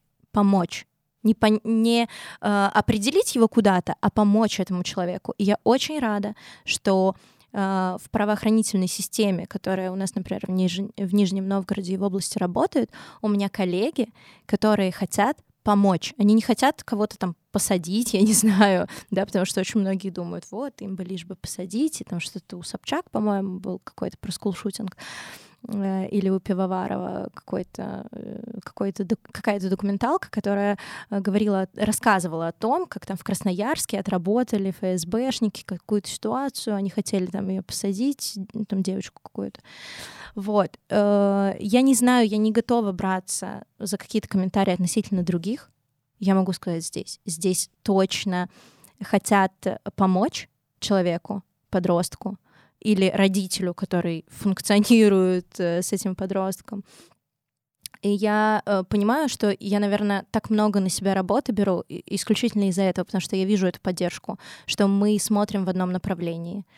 не определить его куда-то, а помочь этому человеку. И я очень рада, что в правоохранительной системе, которая у нас, например, в Нижнем Новгороде и в области работает, у меня коллеги, которые хотят помочь. Они не хотят кого-то там посадить, я не знаю, да, потому что очень многие думают, вот, им бы лишь бы посадить, и там что-то у Собчак, по-моему, был какой-то про скулшутинг, или у Пивоварова какая-то документалка, которая рассказывала о том, как там в Красноярске отработали ФСБшники какую-то ситуацию, они хотели там ее посадить, там девочку какую-то. Вот. Я не знаю, я не готова браться за какие-то комментарии относительно других. Я могу сказать здесь точно хотят помочь человеку, подростку, или родителю, который функционирует с этим подростком. И я понимаю, что я, наверное, так много на себя работы беру исключительно из-за этого, потому что я вижу эту поддержку, что мы смотрим в одном направлении.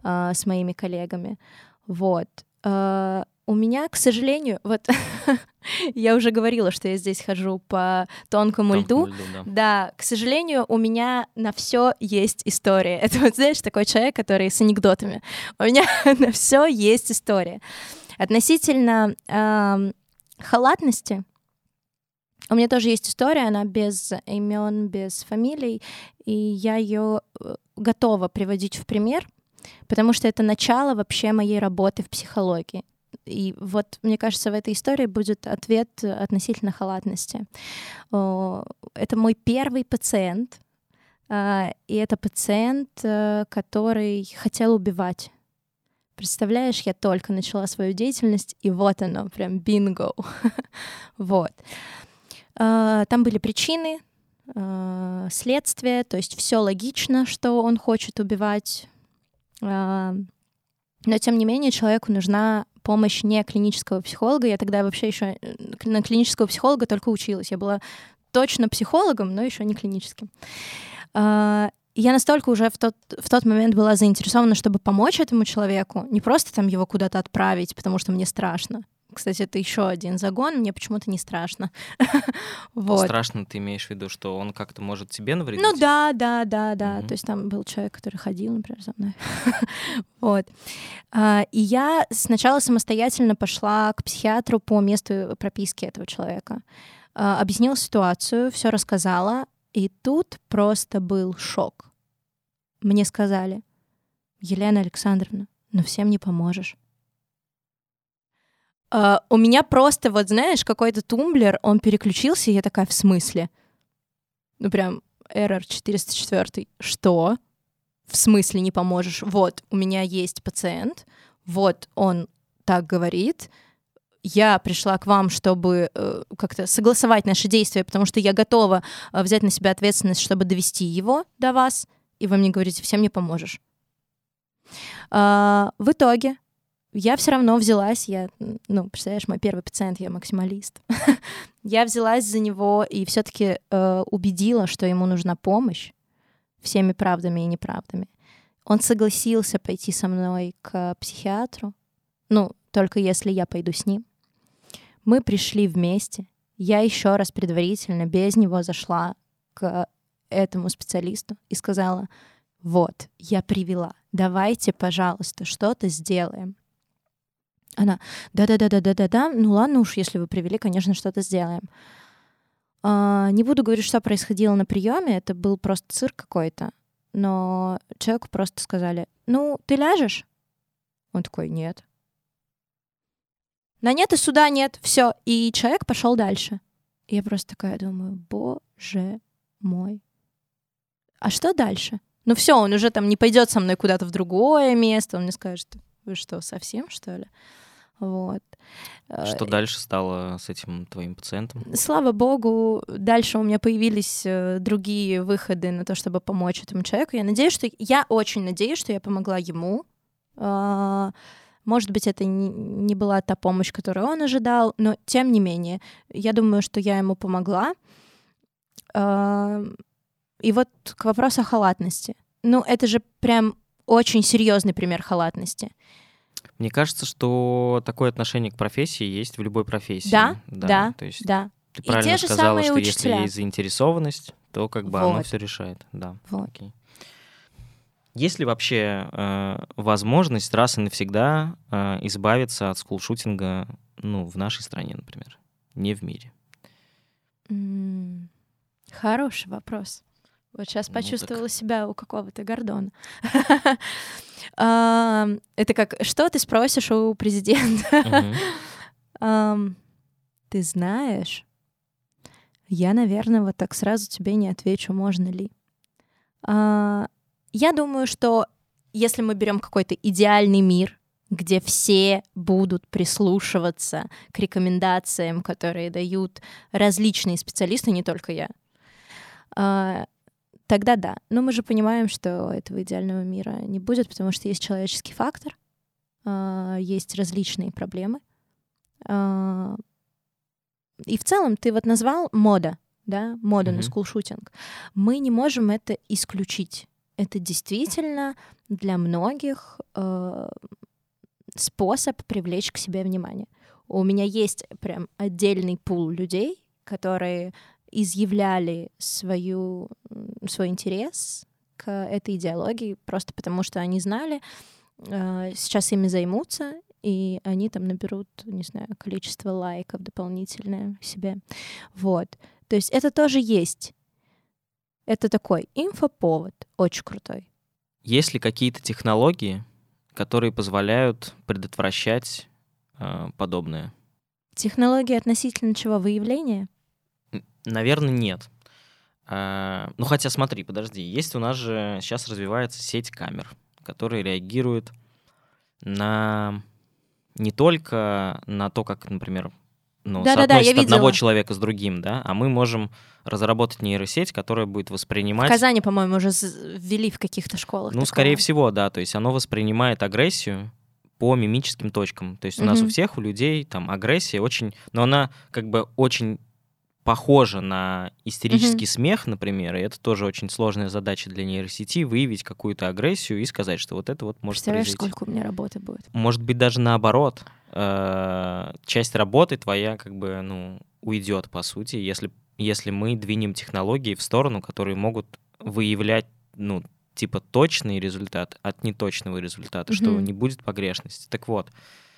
с моими коллегами. Вот. У меня, к сожалению, вот я уже говорила, что я здесь хожу по тонкому льду. Да, к сожалению, у меня на все есть история. Это вот, знаешь, такой человек, который с анекдотами. У меня на все есть история. Относительно халатности, у меня тоже есть история, она без имен, без фамилий, и я ее готова приводить в пример, потому что это начало вообще моей работы в психологии. И вот, мне кажется, в этой истории будет ответ относительно халатности. Это мой первый пациент, и это пациент, который хотел убивать. Представляешь, я только начала свою деятельность, и вот оно, прям бинго. Вот. Там были причины, следствие, то есть все логично, что он хочет убивать. Но, тем не менее, человеку нужна помощь не клинического психолога. Я тогда вообще еще на клинического психолога только училась. Я была точно психологом, но еще не клиническим. Я настолько уже в тот момент была заинтересована, чтобы помочь этому человеку, не просто там его куда-то отправить, потому что мне страшно. Кстати, это еще один загон, мне почему-то не страшно. Вот. Страшно, ты имеешь в виду, что он как-то может тебе навредить? Ну да. То есть там был человек, который ходил, например, за мной. Вот. И я сначала самостоятельно пошла к психиатру по месту прописки этого человека. Объяснила ситуацию, все рассказала, и тут просто был шок. Мне сказали: Елена Александровна, ну всем не поможешь. У меня просто, вот знаешь, какой-то тумблер, он переключился, и я такая: в смысле? Ну прям error 404. Что? В смысле не поможешь? Вот, у меня есть пациент, вот он так говорит, я пришла к вам, чтобы как-то согласовать наши действия, потому что я готова взять на себя ответственность, чтобы довести его до вас, и вы мне говорите: всем не поможешь. В итоге я все равно взялась, представляешь, мой первый пациент, я максималист. Я взялась за него и все-таки убедила, что ему нужна помощь всеми правдами и неправдами. Он согласился пойти со мной к психиатру, только если я пойду с ним. Мы пришли вместе. Я еще раз предварительно без него зашла к этому специалисту и сказала: вот, я привела, давайте, пожалуйста, что-то сделаем. Она: да, ну ладно уж, если вы привели, конечно, что-то сделаем. Не буду говорить, что происходило на приеме, это был просто цирк какой-то, но человеку просто сказали: ну, ты ляжешь? Он такой: нет. На нет и суда нет, все. И человек пошел дальше. И я просто такая думаю: боже мой. А что дальше? Ну все, он уже там не пойдет со мной куда-то в другое место, он мне скажет: вы что, совсем, что ли? Вот. Что дальше стало с этим твоим пациентом? Слава богу, дальше у меня появились другие выходы на то, чтобы помочь этому человеку. Я очень надеюсь, что я помогла ему. Может быть, это не была та помощь, которую он ожидал, но тем не менее, я думаю, что я ему помогла. И вот к вопросу о халатности. Это же прям очень серьезный пример халатности. Мне кажется, что такое отношение к профессии есть в любой профессии. Да. То есть да. Ты правильно сказала, что учителя. Если есть заинтересованность, то оно все решает. Да. Вот. Окей. Есть ли вообще возможность раз и навсегда избавиться от скулшутинга, в нашей стране, например, не в мире? Хороший вопрос. Вот сейчас почувствовала себя у какого-то Гордона. Это как: что ты спросишь у президента? Ты знаешь, я, наверное, вот так сразу тебе не отвечу, можно ли. Я думаю, что если мы берем какой-то идеальный мир, где все будут прислушиваться к рекомендациям, которые дают различные специалисты, не только я, тогда да. Но мы же понимаем, что этого идеального мира не будет, потому что есть человеческий фактор, есть различные проблемы. И в целом ты вот назвал мода, да, мода на скулшутинг. Мы не можем это исключить. это действительно для многих способ привлечь к себе внимание. У меня есть прям отдельный пул людей, которые изъявляли свой интерес к этой идеологии просто потому, что они знали, сейчас ими займутся, и они там наберут, не знаю, количество лайков дополнительное себе. Вот. То есть это тоже есть. Это такой инфоповод, очень крутой. Есть ли какие-то технологии, которые позволяют предотвращать подобное? Технологии относительно чего? Выявления? Наверное, нет. Ну, хотя смотри, подожди. Есть у нас же сейчас развивается сеть камер, которые реагируют на не только на то, как, например, соотносит одного человека с другим, да, а мы можем разработать нейросеть, которая будет воспринимать... В Казани, по-моему, уже ввели в каких-то школах. Ну, скорее всего, да. То есть оно воспринимает агрессию по мимическим точкам. То есть у нас у всех, у людей там агрессия очень... Но она как бы очень похожа на истерический смех, например, и это тоже очень сложная задача для нейросети — выявить какую-то агрессию и сказать, что вот это вот может произойти. Представляешь, сколько у меня работы будет? Может быть, даже наоборот. Часть работы твоя как бы, уйдет, по сути, если мы двинем технологии в сторону, которые могут выявлять, типа точный результат от неточного результата, что не будет погрешности. Так вот,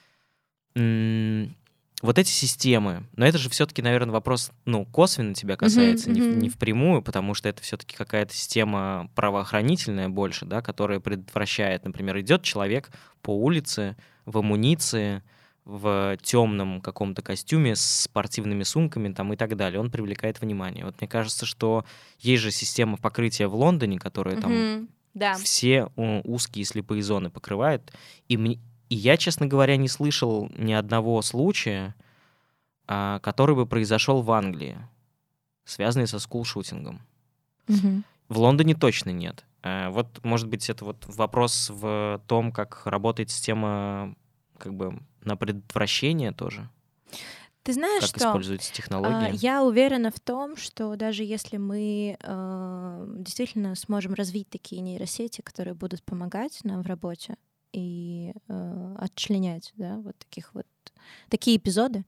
вот эти системы, но это же все-таки, наверное, вопрос, косвенно тебя касается, не впрямую, потому что это все-таки какая-то система правоохранительная больше, да, которая предотвращает, например, идет человек по улице в амуниции, в темном каком-то костюме с спортивными сумками там и так далее, он привлекает внимание. Вот мне кажется, что есть же система покрытия в Лондоне, которая там все узкие слепые зоны покрывает, и я, честно говоря, не слышал ни одного случая, который бы произошел в Англии, связанный со скулшутингом. В Лондоне точно нет. Вот, может быть, это вот вопрос в том, как работает система как бы на предотвращение тоже. Ты знаешь, как используются технологии? Я уверена в том, что даже если мы действительно сможем развить такие нейросети, которые будут помогать нам в работе, и отчленять, да, вот такие эпизоды,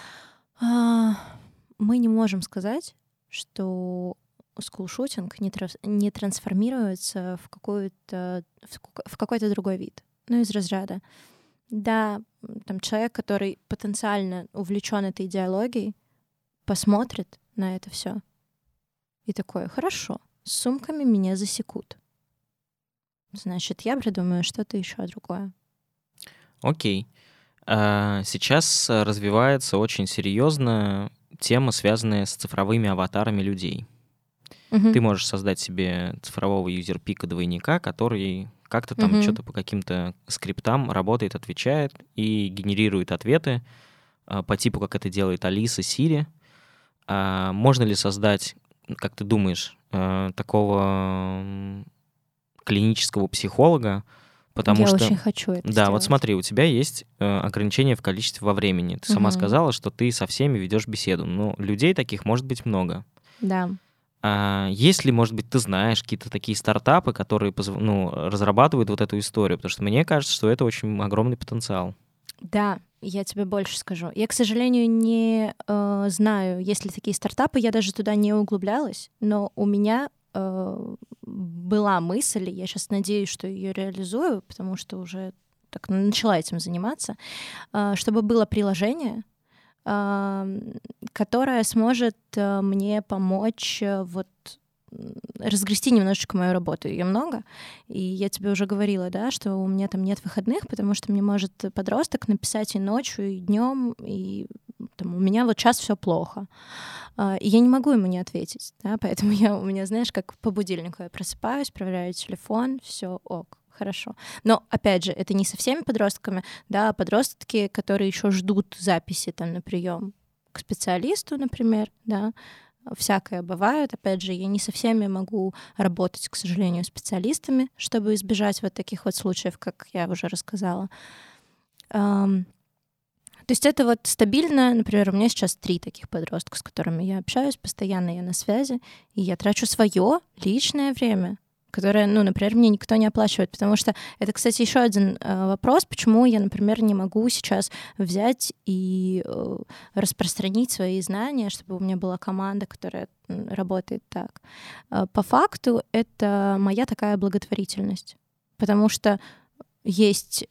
мы не можем сказать, что скулшутинг не трансформируется в какой-то другой вид. Из разряда. Да, там человек, который потенциально увлечен этой идеологией, посмотрит на это все и такой: хорошо, с сумками меня засекут. Значит, я придумаю что-то еще другое. Окей. Сейчас развивается очень серьезно тема, связанная с цифровыми аватарами людей. Ты можешь создать себе цифрового юзерпика двойника, который как-то там что-то по каким-то скриптам работает, отвечает и генерирует ответы по типу, как это делает Алиса, Siri. Можно ли создать, как ты думаешь, такого клинического психолога, потому что... Я очень хочу это Да, сделать. вот смотри, у тебя есть ограничение в количестве во времени. Ты сама сказала, что ты со всеми ведешь беседу. Но людей таких может быть много. Да. Есть ли, может быть, ты знаешь какие-то такие стартапы, которые разрабатывают вот эту историю? Потому что мне кажется, что это очень огромный потенциал. Да, я тебе больше скажу. Я, к сожалению, не знаю, есть ли такие стартапы. Я даже туда не углублялась. Но у меня была мысль, я сейчас надеюсь, что ее реализую, потому что уже так начала этим заниматься, чтобы было приложение, которое сможет мне помочь разгрести немножечко мою работу. Ее много, и я тебе уже говорила, да, что у меня там нет выходных, потому что мне может подросток написать и ночью, и днем, и там, у меня вот сейчас все плохо. И я не могу ему не ответить, да, поэтому у меня, знаешь, как по будильнику я просыпаюсь, проверяю телефон, все ок. Хорошо. Но, опять же, это не со всеми подростками, да, подростки, которые еще ждут записи там на прием к специалисту, например, да, всякое бывает. Опять же, я не со всеми могу работать, к сожалению, специалистами, чтобы избежать вот таких вот случаев, как я уже рассказала. То есть это вот стабильно, например, у меня сейчас 3 таких подростка, с которыми я общаюсь, постоянно я на связи, и я трачу свое личное время, которые, например, мне никто не оплачивает. Потому что это, кстати, еще один вопрос, почему я, например, не могу сейчас взять и распространить свои знания, чтобы у меня была команда, которая работает так. По факту это моя такая благотворительность. Потому что есть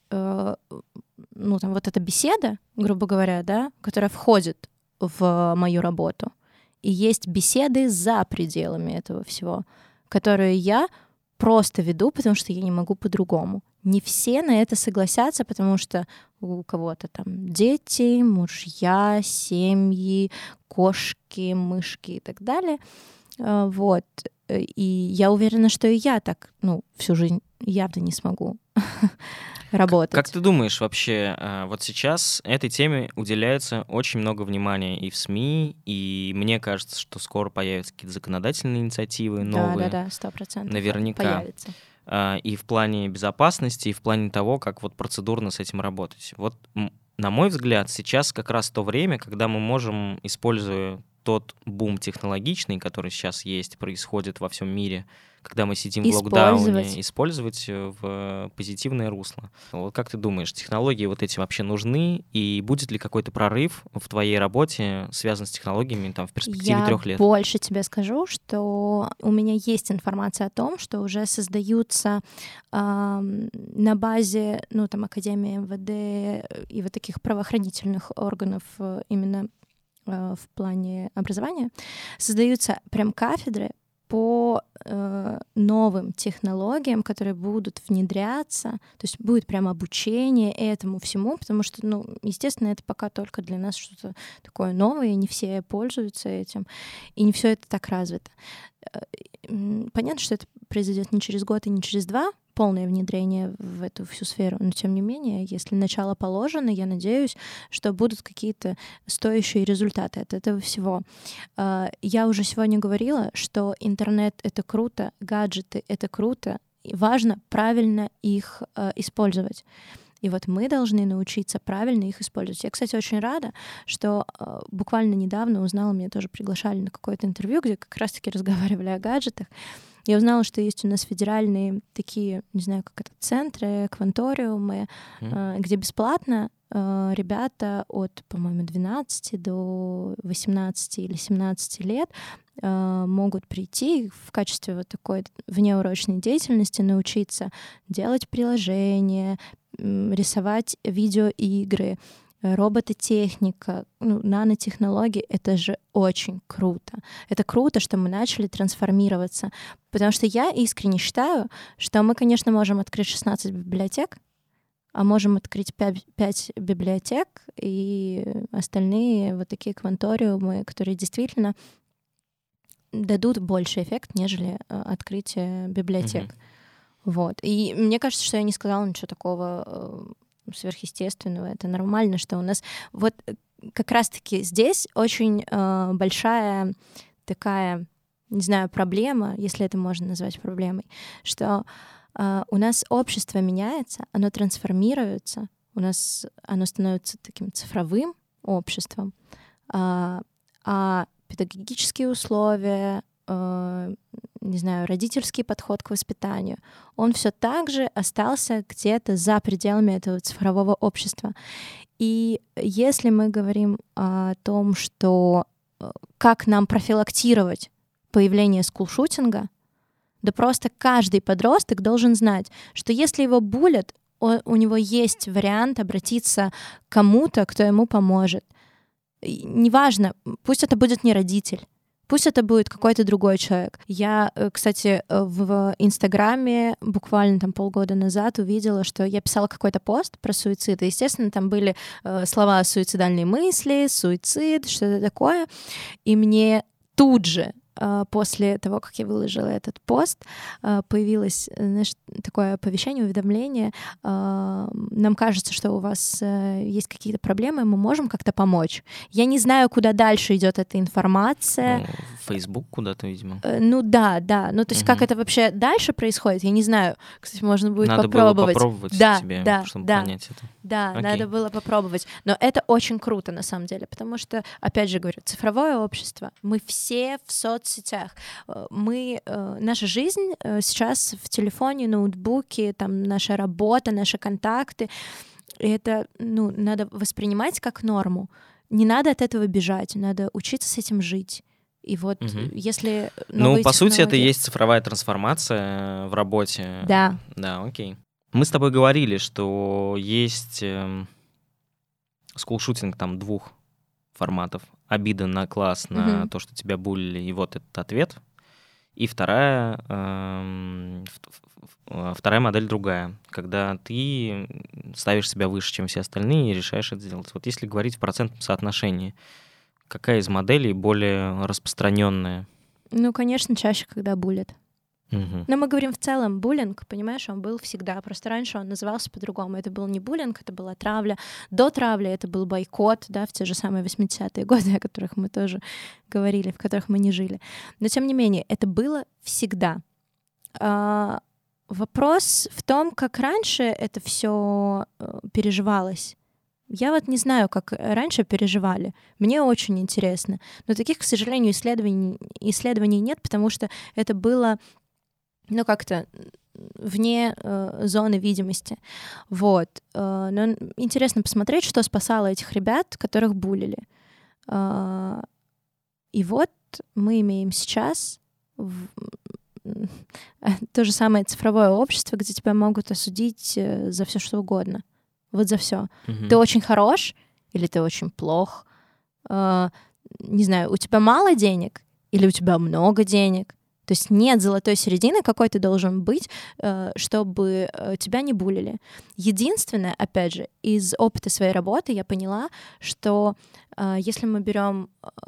вот эта беседа, грубо говоря, да, которая входит в мою работу. И есть беседы за пределами этого всего, которые я просто веду, потому что я не могу по-другому. Не все на это согласятся, потому что у кого-то там дети, мужья, семьи, кошки, мышки и так далее. Вот. И я уверена, что и я так, всю жизнь явно не смогу работать. Как ты думаешь вообще, вот сейчас этой теме уделяется очень много внимания и в СМИ, и мне кажется, что скоро появятся какие-то законодательные инициативы новые. Да, 100%. Наверняка. Появится. И в плане безопасности, и в плане того, как вот процедурно с этим работать. Вот, на мой взгляд, сейчас как раз то время, когда мы можем, используя тот бум технологичный, который сейчас есть, происходит во всем мире, когда мы сидим в локдауне, использовать в позитивное русло. Вот как ты думаешь, технологии вот эти вообще нужны? И будет ли какой-то прорыв в твоей работе, связан с технологиями в перспективе 3 лет? Я больше тебе скажу, что у меня есть информация о том, что уже создаются на базе, Академии МВД и вот таких правоохранительных органов именно в плане образования, создаются прям кафедры по новым технологиям, которые будут внедряться, то есть будет прям обучение этому всему, потому что, естественно, это пока только для нас что-то такое новое, не все пользуются этим, и не все это так развито. Понятно, что это произойдет не через год и не через 2, полное внедрение в эту всю сферу, но тем не менее, если начало положено, я надеюсь, что будут какие-то стоящие результаты от этого всего. Я уже сегодня говорила, что интернет — это круто, гаджеты — это круто, и важно правильно их использовать. И вот мы должны научиться правильно их использовать. Я, кстати, очень рада, что буквально недавно узнала, меня тоже приглашали на какое-то интервью, где как раз-таки разговаривали о гаджетах. Я узнала, что есть у нас федеральные такие, не знаю, как это, центры, кванториумы, где бесплатно ребята от, по-моему, 12 до 18 или 17 лет могут прийти в качестве вот такой внеурочной деятельности научиться делать приложения, рисовать видеоигры, робототехника, нанотехнологии — это же очень круто. Это круто, что мы начали трансформироваться, потому что я искренне считаю, что мы, конечно, можем открыть 16 библиотек, а можем открыть 5 библиотек и остальные вот такие кванториумы, которые действительно дадут больше эффект, нежели открытие библиотек. Вот. И мне кажется, что я не сказала ничего такого сверхъестественного. Это нормально, что у нас вот как раз-таки здесь очень большая такая, не знаю, проблема, если это можно назвать проблемой, что у нас общество меняется, оно трансформируется, у нас оно становится таким цифровым обществом, а педагогические условия, не знаю, родительский подход к воспитанию, он все так же остался где-то за пределами этого цифрового общества. И если мы говорим о том, что как нам профилактировать появление скулшутинга, да просто каждый подросток должен знать, что если его булят, у него есть вариант обратиться к кому-то, кто ему поможет. И неважно, пусть это будет не родитель, пусть это будет какой-то другой человек. Я, кстати, в Инстаграме буквально полгода назад увидела, что я писала какой-то пост про суицид, и, естественно, там были слова «суицидальные мысли», «суицид», что-то такое, и мне тут же после того, как я выложила этот пост, появилось, знаешь, такое оповещение, уведомление. Нам кажется, что у вас есть какие-то проблемы, мы можем как-то помочь. Я не знаю, куда дальше идет эта информация. В Facebook куда-то, видимо. Да. То есть как это вообще дальше происходит, я не знаю. Кстати, можно будет Надо попробовать. Надо было попробовать тебе, чтобы понять это. Да, Окей. надо было попробовать. Но это очень круто, на самом деле, потому что, опять же говорю, цифровое общество, мы все в соцсетях. Наша жизнь сейчас в телефоне, ноутбуке, там наша работа, наши контакты. И это, надо воспринимать как норму. Не надо от этого бежать, надо учиться с этим жить. И вот если новые по сути, это и технологии- есть цифровая трансформация в работе. Да. Да, окей. Мы с тобой говорили, что есть скулшутинг там 2 форматов. Обида на класс, на то, что тебя буллили, и вот этот ответ. И вторая модель другая, когда ты ставишь себя выше, чем все остальные, и решаешь это сделать. Вот если говорить в процентном соотношении, какая из моделей более распространенная? Конечно, чаще, когда буллят. Угу. Но мы говорим в целом, буллинг, понимаешь, он был всегда. Просто раньше он назывался по-другому. Это был не буллинг, это была травля. До травли это был бойкот, да, в те же самые 80-е годы, о которых мы тоже говорили, в которых мы не жили. Но, тем не менее, это было всегда. Вопрос в том, как раньше это все переживалось. Я вот не знаю, как раньше переживали. Мне очень интересно. Но таких, к сожалению, исследований нет, потому что это было как-то вне зоны видимости. Вот. Но интересно посмотреть, что спасало этих ребят, которых буллили. И вот мы имеем сейчас то же самое цифровое общество, где тебя могут осудить за все что угодно. Вот за все. Ты очень хорош или ты очень плох? Не знаю, у тебя мало денег или у тебя много денег? То есть нет золотой середины, какой ты должен быть, чтобы тебя не буллили. Единственное, опять же, из опыта своей работы я поняла, что если мы берем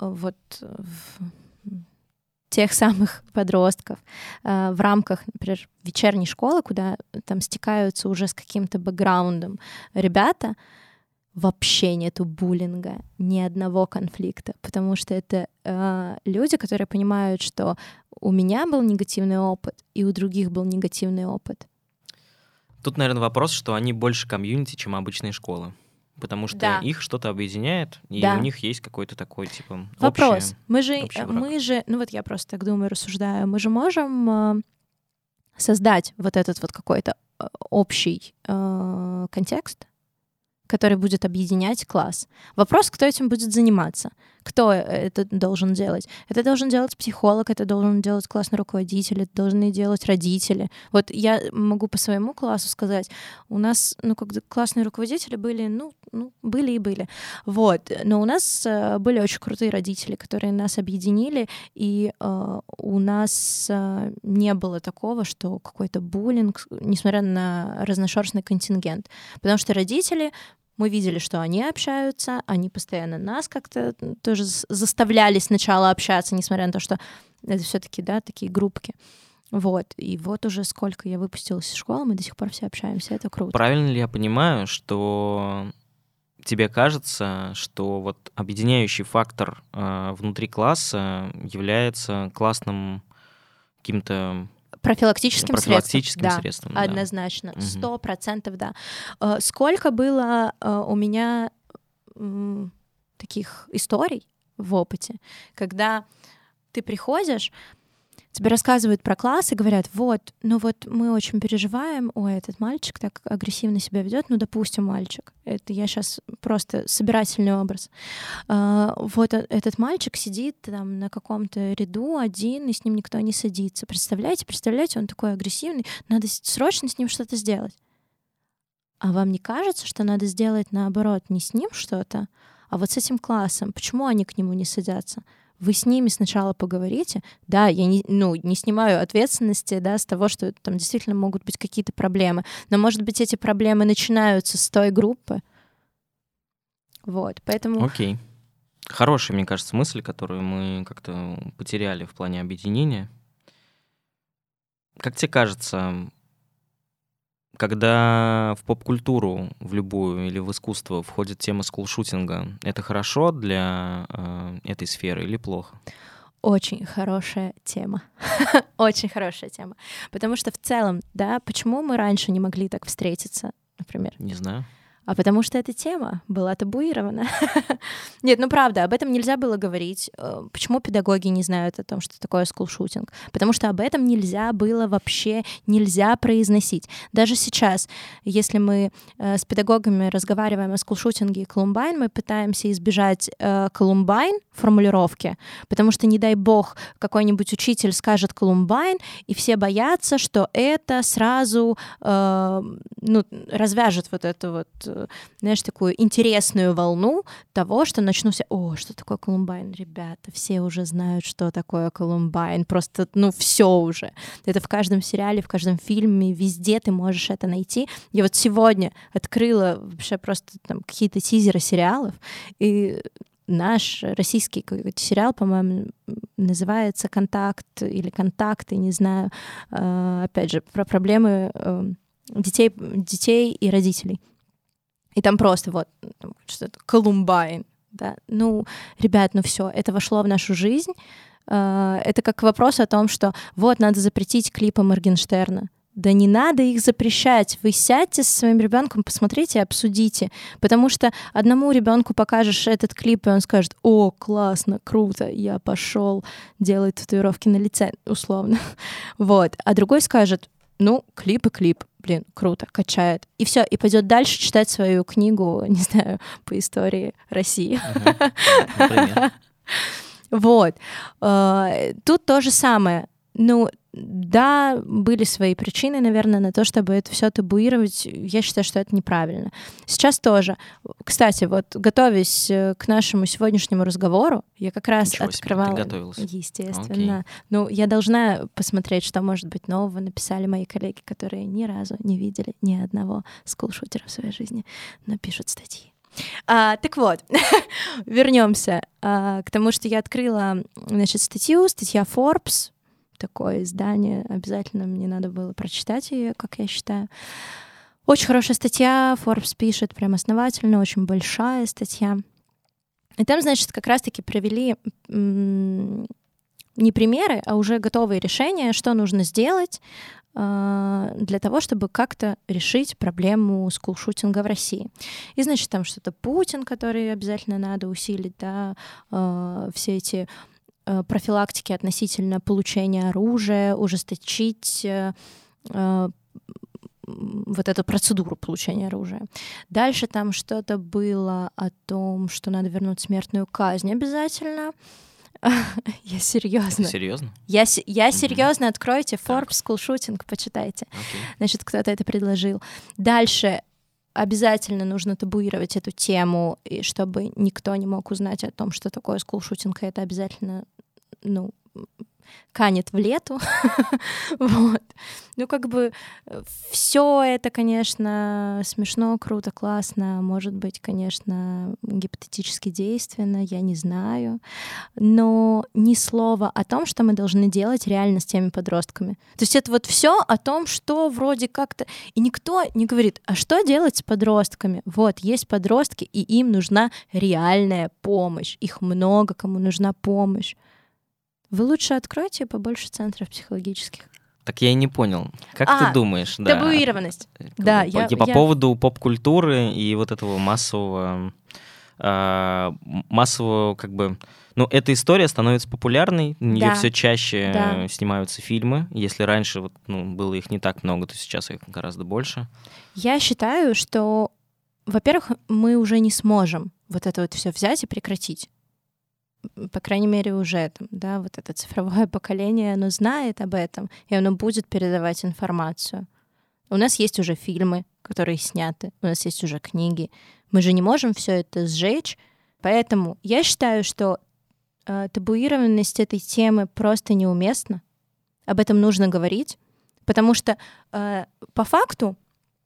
тех самых подростков в рамках, например, вечерней школы, куда там стекаются уже с каким-то бэкграундом ребята, вообще нету буллинга, ни одного конфликта, потому что это люди, которые понимают, что у меня был негативный опыт, и у других был негативный опыт. Тут, наверное, вопрос, что они больше комьюнити, чем обычные школы. Потому что их что-то объединяет, и у них есть какой-то такой, типа, вопрос. общий Мы же, вот я просто так думаю, рассуждаю, мы же можем создать вот этот вот какой-то общий контекст, который будет объединять класс. Вопрос, кто этим будет заниматься, кто это должен делать. Это должен делать психолог, это должен делать классный руководитель, это должны делать родители. Вот я могу по своему классу сказать, у нас, когда классные руководители были, были и были. Вот. Но у нас были очень крутые родители, которые нас объединили, и у нас не было такого, что какой-то буллинг, несмотря на разношерстный контингент. Потому что родители, мы видели, что они общаются, они постоянно нас как-то тоже заставляли сначала общаться, несмотря на то, что это все-таки, да, такие группки. Вот. И вот уже сколько я выпустилась из школы, мы до сих пор все общаемся, это круто. Правильно ли я понимаю, что тебе кажется, что вот объединяющий фактор внутри класса является классным каким-то профилактическим средством. Да, однозначно. 100%, да. Сколько было у меня таких историй в опыте, когда ты приходишь, тебе рассказывают про класс и говорят, вот мы очень переживаем, этот мальчик так агрессивно себя ведет, допустим, мальчик. Это я сейчас просто собирательный образ. Вот этот мальчик сидит там на каком-то ряду один, и с ним никто не садится. Представляете, он такой агрессивный, надо срочно с ним что-то сделать. А вам не кажется, что надо сделать наоборот, не с ним что-то, а вот с этим классом? Почему они к нему не садятся? Вы с ними сначала поговорите. Да, я не снимаю ответственности, да, с того, что там действительно могут быть какие-то проблемы. Но, может быть, эти проблемы начинаются с той группы. Вот, поэтому... Окей. Хорошая, мне кажется, мысль, которую мы как-то потеряли в плане объединения. Как тебе кажется, когда в поп-культуру, в любую или в искусство входит тема скулшутинга, это хорошо для этой сферы или плохо? Очень хорошая тема. Очень хорошая тема. Потому что в целом, да, почему мы раньше не могли так встретиться, например? Не знаю. А потому что эта тема была табуирована. Нет, ну правда, об этом нельзя было говорить. Почему педагоги не знают о том, что такое скулшутинг? Потому что об этом нельзя было вообще, нельзя произносить. Даже сейчас, если мы с педагогами разговариваем о скулшутинге и Колумбайн, мы пытаемся избежать Колумбайн формулировки, потому что, не дай бог, какой-нибудь учитель скажет Колумбайн, и все боятся, что это сразу развяжет вот эту вот, знаешь, такую интересную волну того, что начнутся: о, что такое Колумбайн, ребята, все уже знают, что такое Колумбайн, просто, все уже. Это в каждом сериале, в каждом фильме, везде ты можешь это найти. Я вот сегодня открыла вообще просто там какие-то тизеры сериалов, и наш российский какой-то сериал, по-моему, называется «Контакт» или «Контакты», не знаю, опять же, про проблемы детей и родителей. И там просто вот что-то Колумбайн, да. Ребят, все, это вошло в нашу жизнь. Это как вопрос о том, что вот, надо запретить клипы Моргенштерна. Да не надо их запрещать. Вы сядьте со своим ребенком, посмотрите, обсудите. Потому что одному ребенку покажешь этот клип, и он скажет: о, классно, круто, я пошел делать татуировки на лице, условно. Вот. А другой скажет: клип и клип. Блин, круто, качает. И все, и пойдет дальше читать свою книгу, не знаю, по истории России. Например. Вот. Тут то же самое. Да, были свои причины, наверное, на то, чтобы это все табуировать. Я считаю, что это неправильно. Сейчас тоже. Кстати, вот готовясь к нашему сегодняшнему разговору, я как раз открывала... Ты готовилась? Естественно. Я должна посмотреть, что, может быть, нового написали мои коллеги, которые ни разу не видели ни одного скулшутера в своей жизни, но пишут статьи. Так вот, вернемся к тому, что я открыла, статья Forbes, такое издание, обязательно мне надо было прочитать ее, как я считаю. Очень хорошая статья, Forbes пишет прям основательно, очень большая статья. И там, как раз-таки привели не примеры, а уже готовые решения, что нужно сделать для того, чтобы как-то решить проблему скулшутинга в России. И, там что-то Путин, который обязательно надо усилить, да, все эти профилактики относительно получения оружия, ужесточить вот эту процедуру получения оружия. Дальше там что-то было о том, что надо вернуть смертную казнь обязательно. Я серьезно. Серьезно? Я серьезно. Откройте Forbes скулшутинг, почитайте. Кто-то это предложил. Дальше обязательно нужно табуировать эту тему, и чтобы никто не мог узнать о том, что такое скулшутинг, и это обязательно, канет в лету. Вот. Все это, конечно, смешно, круто, классно, может быть, конечно, гипотетически действенно, я не знаю, но ни слова о том, что мы должны делать реально с теми подростками. То есть это вот все о том, что вроде как-то... И никто не говорит: а что делать с подростками? Вот, есть подростки, и им нужна реальная помощь. Их много, кому нужна помощь. Вы лучше откройте побольше центров психологических. Так я и не понял. Как ты думаешь? Табуированность. Да, по поводу поп-культуры и вот этого массового эта история становится популярной, на нее все чаще снимаются фильмы. Если раньше было их не так много, то сейчас их гораздо больше. Я считаю, что, во-первых, мы уже не сможем вот это вот все взять и прекратить. По крайней мере, уже вот это цифровое поколение, оно знает об этом, и оно будет передавать информацию. У нас есть уже фильмы, которые сняты, у нас есть уже книги. Мы же не можем все это сжечь, поэтому я считаю, что табуированность этой темы просто неуместна. Об этом нужно говорить, потому что по факту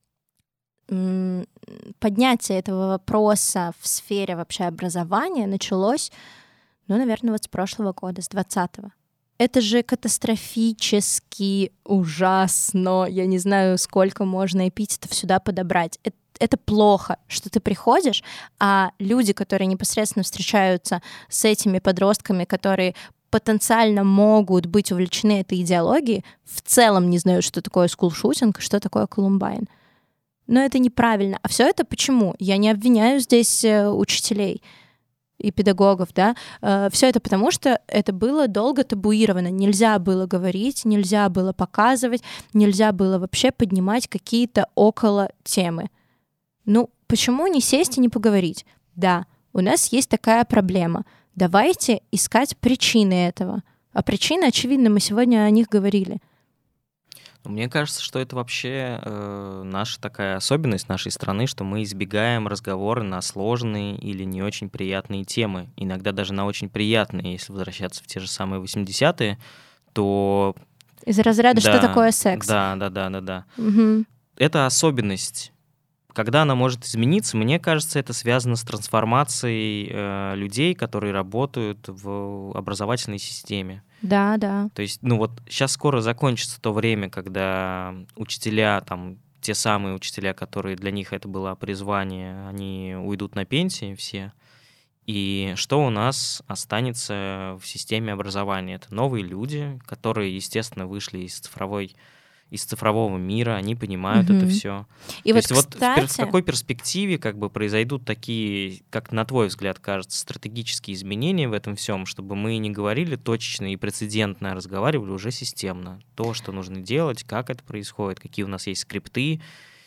поднятие этого вопроса в сфере вообще образования началось, наверное, вот с прошлого года, с 2020. Это же катастрофически ужасно. Я не знаю, сколько можно эпитетов сюда подобрать. Это плохо, что ты приходишь, а люди, которые непосредственно встречаются с этими подростками, которые потенциально могут быть увлечены этой идеологией, в целом не знают, что такое скулшутинг и что такое Колумбайн. но это неправильно. А все это почему? Я не обвиняю здесь учителей и педагогов, да, все это потому, что это было долго табуировано. Нельзя было говорить, нельзя было показывать, нельзя было вообще поднимать какие-то около темы. Ну, почему не сесть и не поговорить? Да, у нас есть такая проблема. Давайте искать причины этого. А причины, очевидно, мы сегодня о них говорили. Мне кажется, что это вообще наша такая особенность нашей страны, что мы избегаем разговоры на сложные или не очень приятные темы. Иногда даже на очень приятные. Если возвращаться в те же самые 80-е, то... Из разряда, что такое секс. Да. Угу. Это особенность. Когда она может измениться, мне кажется, это связано с трансформацией людей, которые работают в образовательной системе. Да. То есть, ну вот сейчас скоро закончится то время, когда учителя, там, те самые учителя, которые для них это было призвание, они уйдут на пенсии все. И что у нас останется в системе образования? Это новые люди, которые, естественно, вышли из цифрового мира, они понимают это все. И То вот, есть кстати... вот в какой перспективе как бы произойдут такие, как на твой взгляд кажется, стратегические изменения в этом всем, чтобы мы не говорили точечно и прецедентно, а разговаривали уже системно. То, что нужно делать, как это происходит, какие у нас есть скрипты,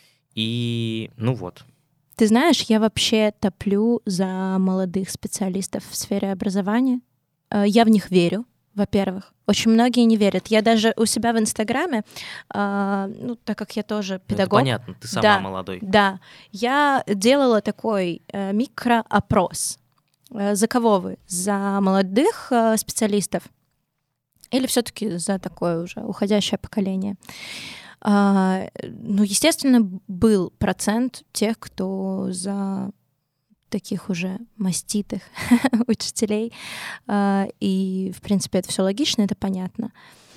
и ну вот. Ты знаешь, я вообще топлю за молодых специалистов в сфере образования. Я в них верю. Во-первых, очень многие не верят. Я даже у себя в Инстаграме, так как я тоже педагог... Это понятно, ты сама молодой. Да, я делала такой микроопрос. За кого вы? За молодых специалистов или все-таки за такое уже уходящее поколение? Естественно, был процент тех, кто за... таких уже маститых учителей. И, в принципе, это все логично, это понятно.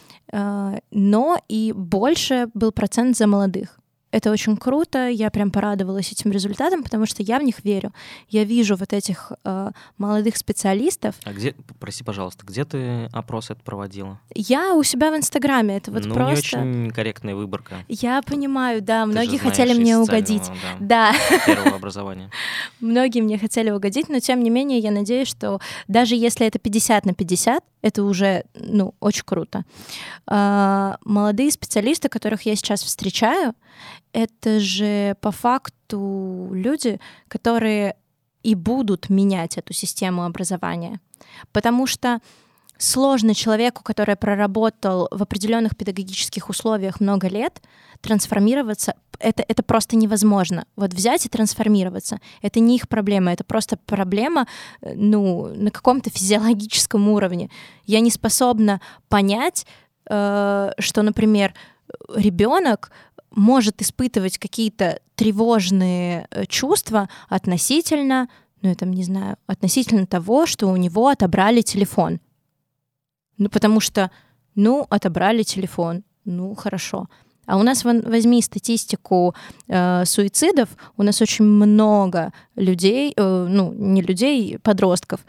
Но и больше был процент за молодых. Это очень круто, я прям порадовалась этим результатом, потому что я в них верю. Я вижу вот этих молодых специалистов. А где, прости, пожалуйста, где ты опрос это проводила? Я у себя в Инстаграме, это вот просто... не очень корректная выборка. Я понимаю, да, Ты многие же знаешь, хотели мне угодить. Да. Первого образования. Многие мне хотели угодить, но тем не менее я надеюсь, что даже если это 50/50, это уже, очень круто. Молодые специалисты, которых я сейчас встречаю, это же по факту люди, которые и будут менять эту систему образования. Потому что сложно человеку, который проработал в определенных педагогических условиях много лет, трансформироваться. Это просто невозможно. Вот взять и трансформироваться. Это не их проблема, это просто проблема, на каком-то физиологическом уровне. Я не способна понять, что, например, ребенок может испытывать какие-то тревожные чувства относительно, относительно того, что у него отобрали телефон. Потому что, отобрали телефон, хорошо. А у нас, возьми статистику суицидов, у нас очень много людей, не людей, подростков,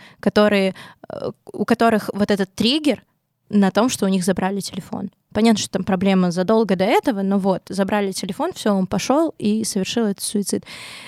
у которых вот этот триггер на том, что у них забрали телефон. Понятно, что там проблема задолго до этого, но вот, забрали телефон, все, он пошел и совершил этот суицид.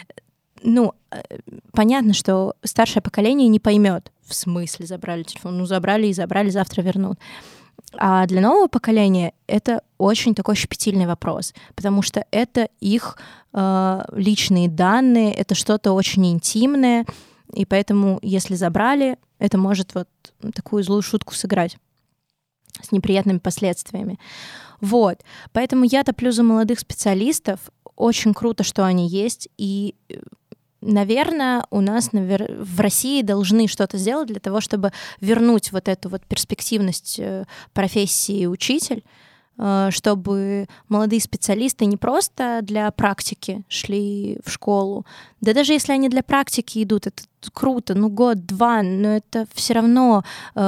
Понятно, что старшее поколение не поймет, в смысле забрали телефон. Забрали и забрали, завтра вернут. А для нового поколения это очень такой щепетильный вопрос, потому что это их личные данные, это что-то очень интимное, и поэтому, если забрали, это может вот такую злую шутку сыграть с неприятными последствиями. Вот. Поэтому я топлю за молодых специалистов. Очень круто, что они есть. И, наверное, у нас в России должны что-то сделать для того, чтобы вернуть вот эту вот перспективность профессии учитель, чтобы молодые специалисты не просто для практики шли в школу, да даже если они для практики идут, это круто, год-два, но это все равно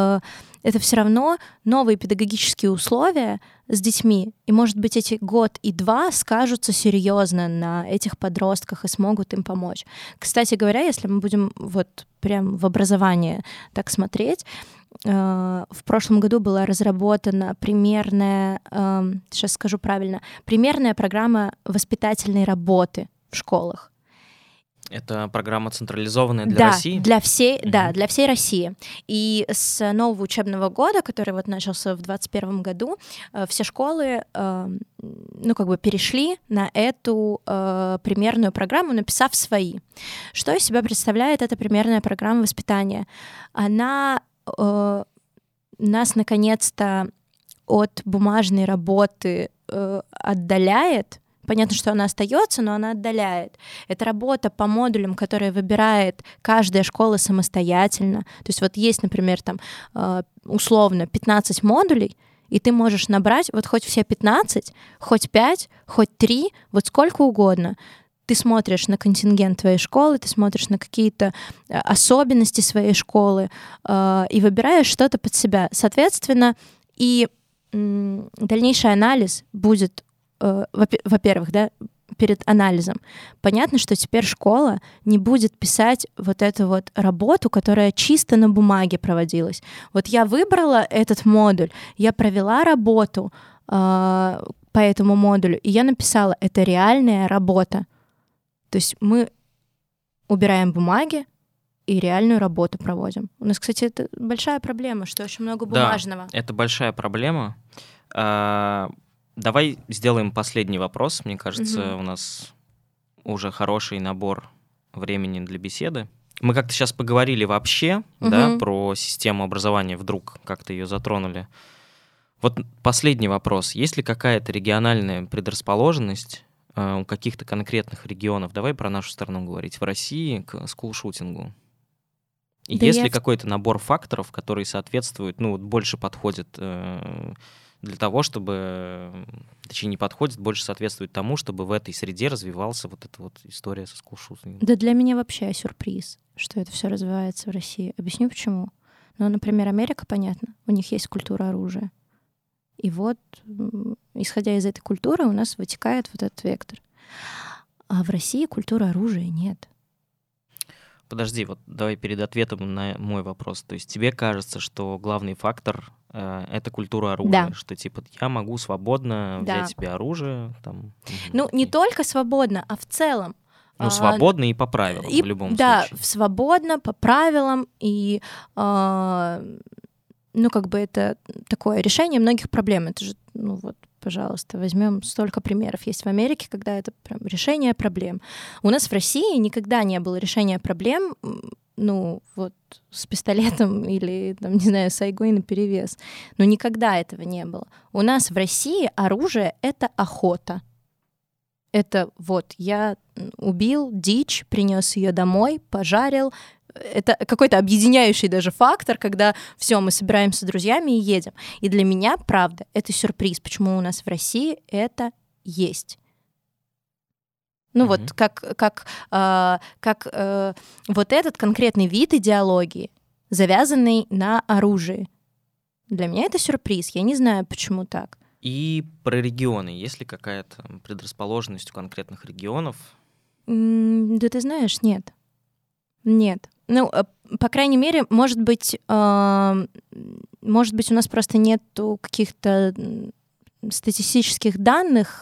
новые педагогические условия с детьми. И, может быть, эти год и два скажутся серьезно на этих подростках и смогут им помочь. Кстати говоря, если мы будем вот прям в образование так смотреть, в прошлом году была разработана примерная, сейчас скажу правильно, примерная программа воспитательной работы в школах. Это программа централизованная для России? Для всей, да, для всей России. И с нового учебного года, который вот начался в 2021 году, все школы перешли на эту примерную программу, написав свои. Что из себя представляет эта примерная программа воспитания? Она нас наконец-то от бумажной работы отдаляет. Понятно, что она остается, но она отдаляет. Это работа по модулям, которые выбирает каждая школа самостоятельно. То есть вот есть, например, там условно 15 модулей, и ты можешь набрать вот хоть все 15, хоть 5, хоть 3, вот сколько угодно. Ты смотришь на контингент твоей школы, ты смотришь на какие-то особенности своей школы и выбираешь что-то под себя. Соответственно, и дальнейший анализ будет, во-первых, да, перед анализом. Понятно, что теперь школа не будет писать вот эту вот работу, которая чисто на бумаге проводилась. Вот я выбрала этот модуль, я провела работу по этому модулю, и я написала, это реальная работа. То есть мы убираем бумаги и реальную работу проводим. У нас, кстати, это большая проблема, что очень много бумажного. Да, это большая проблема. Давай сделаем последний вопрос. Мне кажется, у нас уже хороший набор времени для беседы. Мы как-то сейчас поговорили вообще, да, про систему образования, вдруг как-то ее затронули. Вот последний вопрос. Есть ли какая-то региональная предрасположенность у каких-то конкретных регионов, давай про нашу страну говорить, в России к скулшутингу? И да, есть ли какой-то набор факторов, которые соответствуют, ну, больше подходят для того, чтобы, точнее, не подходит, больше соответствует тому, чтобы в этой среде развивался вот эта вот история со скулшутингом? Да для меня вообще сюрприз, что это все развивается в России. Объясню почему. Ну, например, Америка, понятно, у них есть культура оружия. И вот, исходя из этой культуры, у нас вытекает вот этот вектор. А в России культуры оружия нет. Подожди, вот давай перед ответом на мой вопрос. То есть тебе кажется, что главный фактор — это культура оружия? Да. Что типа я могу свободно взять себе оружие? Там, ну, не только свободно, а в целом. Ну, свободно и по правилам в любом случае. Да, свободно, по правилам, и ну, как бы это такое решение многих проблем. Это же, ну вот, пожалуйста, возьмем столько примеров. Есть в Америке, когда это прям решение проблем. У нас в России никогда не было решения проблем, ну, вот, с пистолетом или, там, не знаю, с айгой наперевес. Но никогда этого не было. У нас в России оружие — это охота. Это вот я убил дичь, принес ее домой, пожарил. Это какой-то объединяющий даже фактор, когда все, мы собираемся с друзьями и едем. И для меня, правда, это сюрприз, почему у нас в России это есть. Ну вот как вот этот конкретный вид идеологии, завязанный на оружии. Для меня это сюрприз. Я не знаю, почему так. И про регионы. Есть ли какая-то предрасположенность у конкретных регионов? Да ты знаешь, нет. Нет. Ну, по крайней мере, может быть, у нас просто нету каких-то статистических данных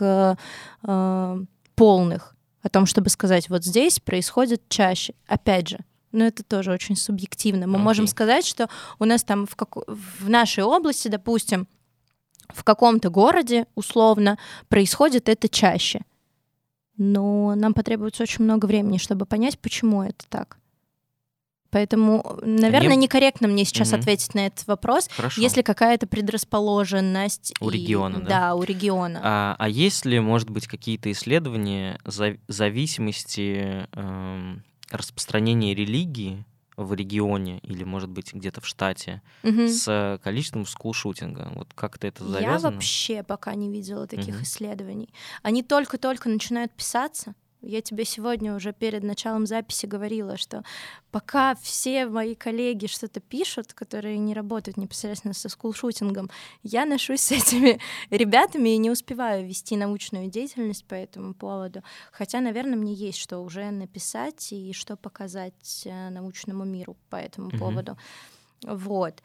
полных о том, чтобы сказать, вот здесь происходит чаще. Опять же, но это тоже очень субъективно. Мы можем сказать, что у нас там в нашей области, допустим, в каком-то городе, условно, происходит это чаще. Но нам потребуется очень много времени, чтобы понять, почему это так. Поэтому, наверное, некорректно мне сейчас ответить на этот вопрос. Хорошо. Есть ли какая-то предрасположенность у региона, да? Да, у региона. А есть ли, может быть, какие-то исследования зависимости распространения религии в регионе или, может быть, где-то в штате с количеством скулшутинга? Вот как-то это завязано? Я вообще пока не видела таких исследований. Они только-только начинают писаться. Я тебе сегодня уже перед началом записи говорила, что пока все мои коллеги что-то пишут, которые не работают непосредственно со скулшутингом, я ношусь с этими ребятами и не успеваю вести научную деятельность по этому поводу. Хотя, наверное, мне есть что уже написать и что показать научному миру по этому поводу. Вот.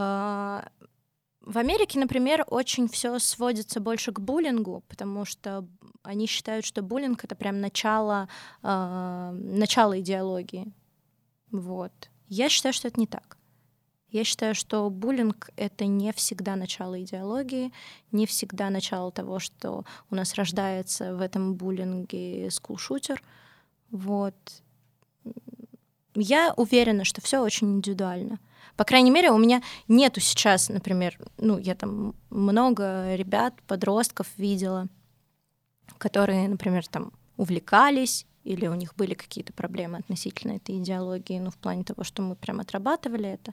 В Америке, например, очень все сводится больше к буллингу, потому что они считают, что буллинг — это прям начало идеологии. Вот. Я считаю, что это не так. Я считаю, что буллинг — это не всегда начало идеологии, не всегда начало того, что у нас рождается в этом буллинге скулшутер. Вот. Я уверена, что все очень индивидуально. По крайней мере, у меня нету сейчас, например, я там много ребят, подростков видела, которые, например, там увлекались, или у них были какие-то проблемы относительно этой идеологии, в плане того, что мы прям отрабатывали это.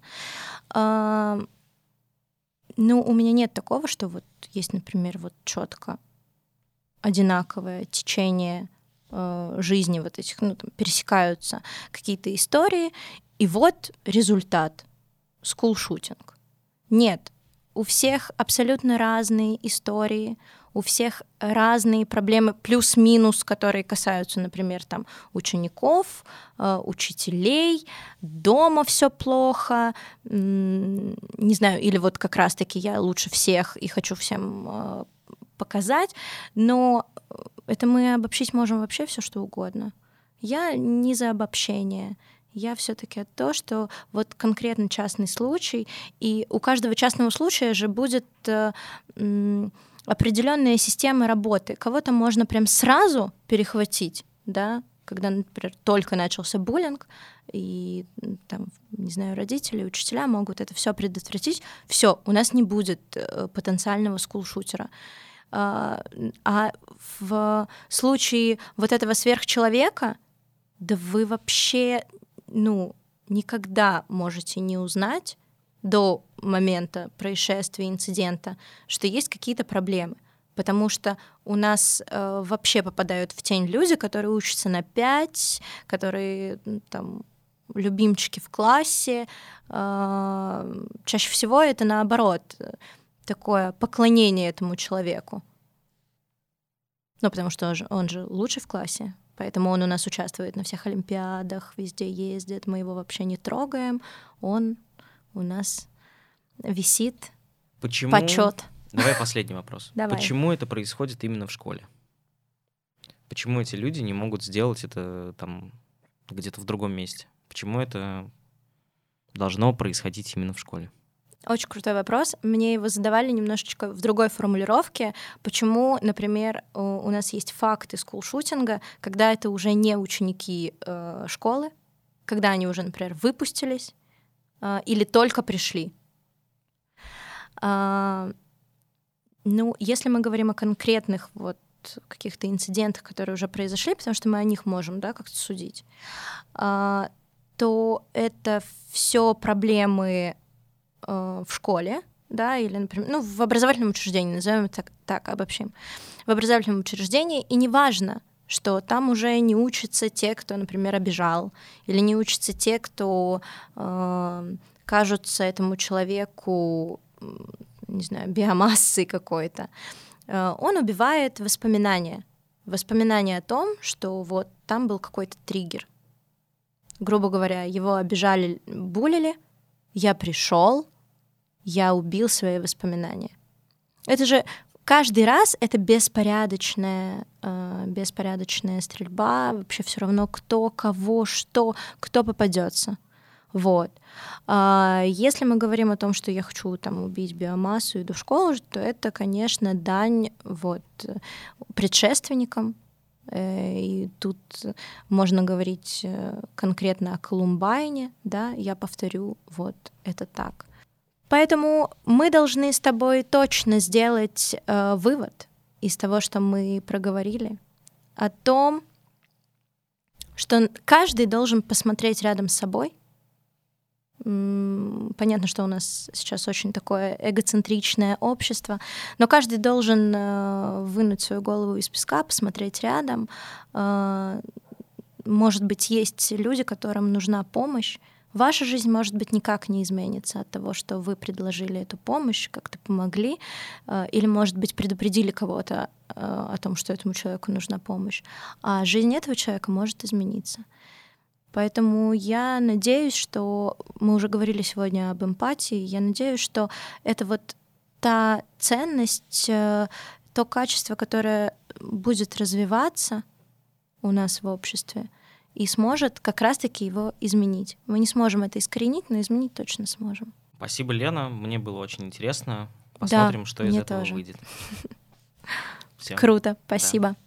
У меня нет такого, что вот есть, например, вот четко одинаковое течение жизни вот этих, пересекаются какие-то истории, и вот результат — скулшутинг. Нет, у всех абсолютно разные истории, у всех разные проблемы, плюс-минус, которые касаются, например, там, учеников, учителей, дома все плохо, не знаю, или вот как раз-таки я лучше всех и хочу всем показать, но это мы обобщить можем вообще все что угодно. Я не за обобщение. Я все-таки от того, что вот конкретно частный случай, и у каждого частного случая же будет определенная система работы. Кого-то можно прям сразу перехватить, да, когда, например, только начался буллинг, и там, не знаю, родители, учителя могут это все предотвратить. Все, у нас не будет потенциального скулшутера. А в случае вот этого сверхчеловека, да вы вообще, никогда можете не узнать до момента происшествия, инцидента, что есть какие-то проблемы. Потому что у нас вообще попадают в тень люди, которые учатся на 5, которые там любимчики в классе. Чаще всего это наоборот, такое поклонение этому человеку. Потому что он же лучший в классе, поэтому он у нас участвует на всех олимпиадах, везде ездит, мы его вообще не трогаем, он у нас висит. Почему? Почет. Давай последний вопрос. Давай. Почему это происходит именно в школе? Почему эти люди не могут сделать это там где-то в другом месте? Почему это должно происходить именно в школе? Очень крутой вопрос. Мне его задавали немножечко в другой формулировке. Почему, например, у нас есть факты скулшутинга, когда это уже не ученики школы, когда они уже, например, выпустились или только пришли. Если мы говорим о конкретных вот каких-то инцидентах, которые уже произошли, потому что мы о них можем, да, как-то судить, то это все проблемы в школе, да, или, например, в образовательном учреждении, назовем это так, обобщим. В образовательном учреждении, и неважно, что там уже не учатся те, кто, например, обижал, или не учатся те, кто кажутся этому человеку, не знаю, биомассой какой-то. Он убивает воспоминания о том, что вот там был какой-то триггер. Грубо говоря, его обижали, буллили, я пришел, я убил свои воспоминания. Это же каждый раз это беспорядочная стрельба, вообще все равно кто, кого, что, кто попадется. Вот. Если мы говорим о том, что я хочу там убить биомассу, иду в школу, то это, конечно, дань вот предшественникам. И тут можно говорить конкретно о Колумбайне, да, я повторю, вот это так. Поэтому мы должны с тобой точно сделать вывод из того, что мы проговорили, о том, что каждый должен посмотреть рядом с собой. Понятно, что у нас сейчас очень такое эгоцентричное общество, но каждый должен вынуть свою голову из песка, посмотреть рядом. Может быть, есть люди, которым нужна помощь. Ваша жизнь, может быть, никак не изменится от того, что вы предложили эту помощь, как-то помогли, или, может быть, предупредили кого-то о том, что этому человеку нужна помощь. А жизнь этого человека может измениться. Поэтому я надеюсь, что мы уже говорили сегодня об эмпатии, я надеюсь, что это вот та ценность, то качество, которое будет развиваться у нас в обществе и сможет как раз-таки его изменить. Мы не сможем это искоренить, но изменить точно сможем. Спасибо, Лена. Мне было очень интересно. Посмотрим, что из этого выйдет. Круто, спасибо.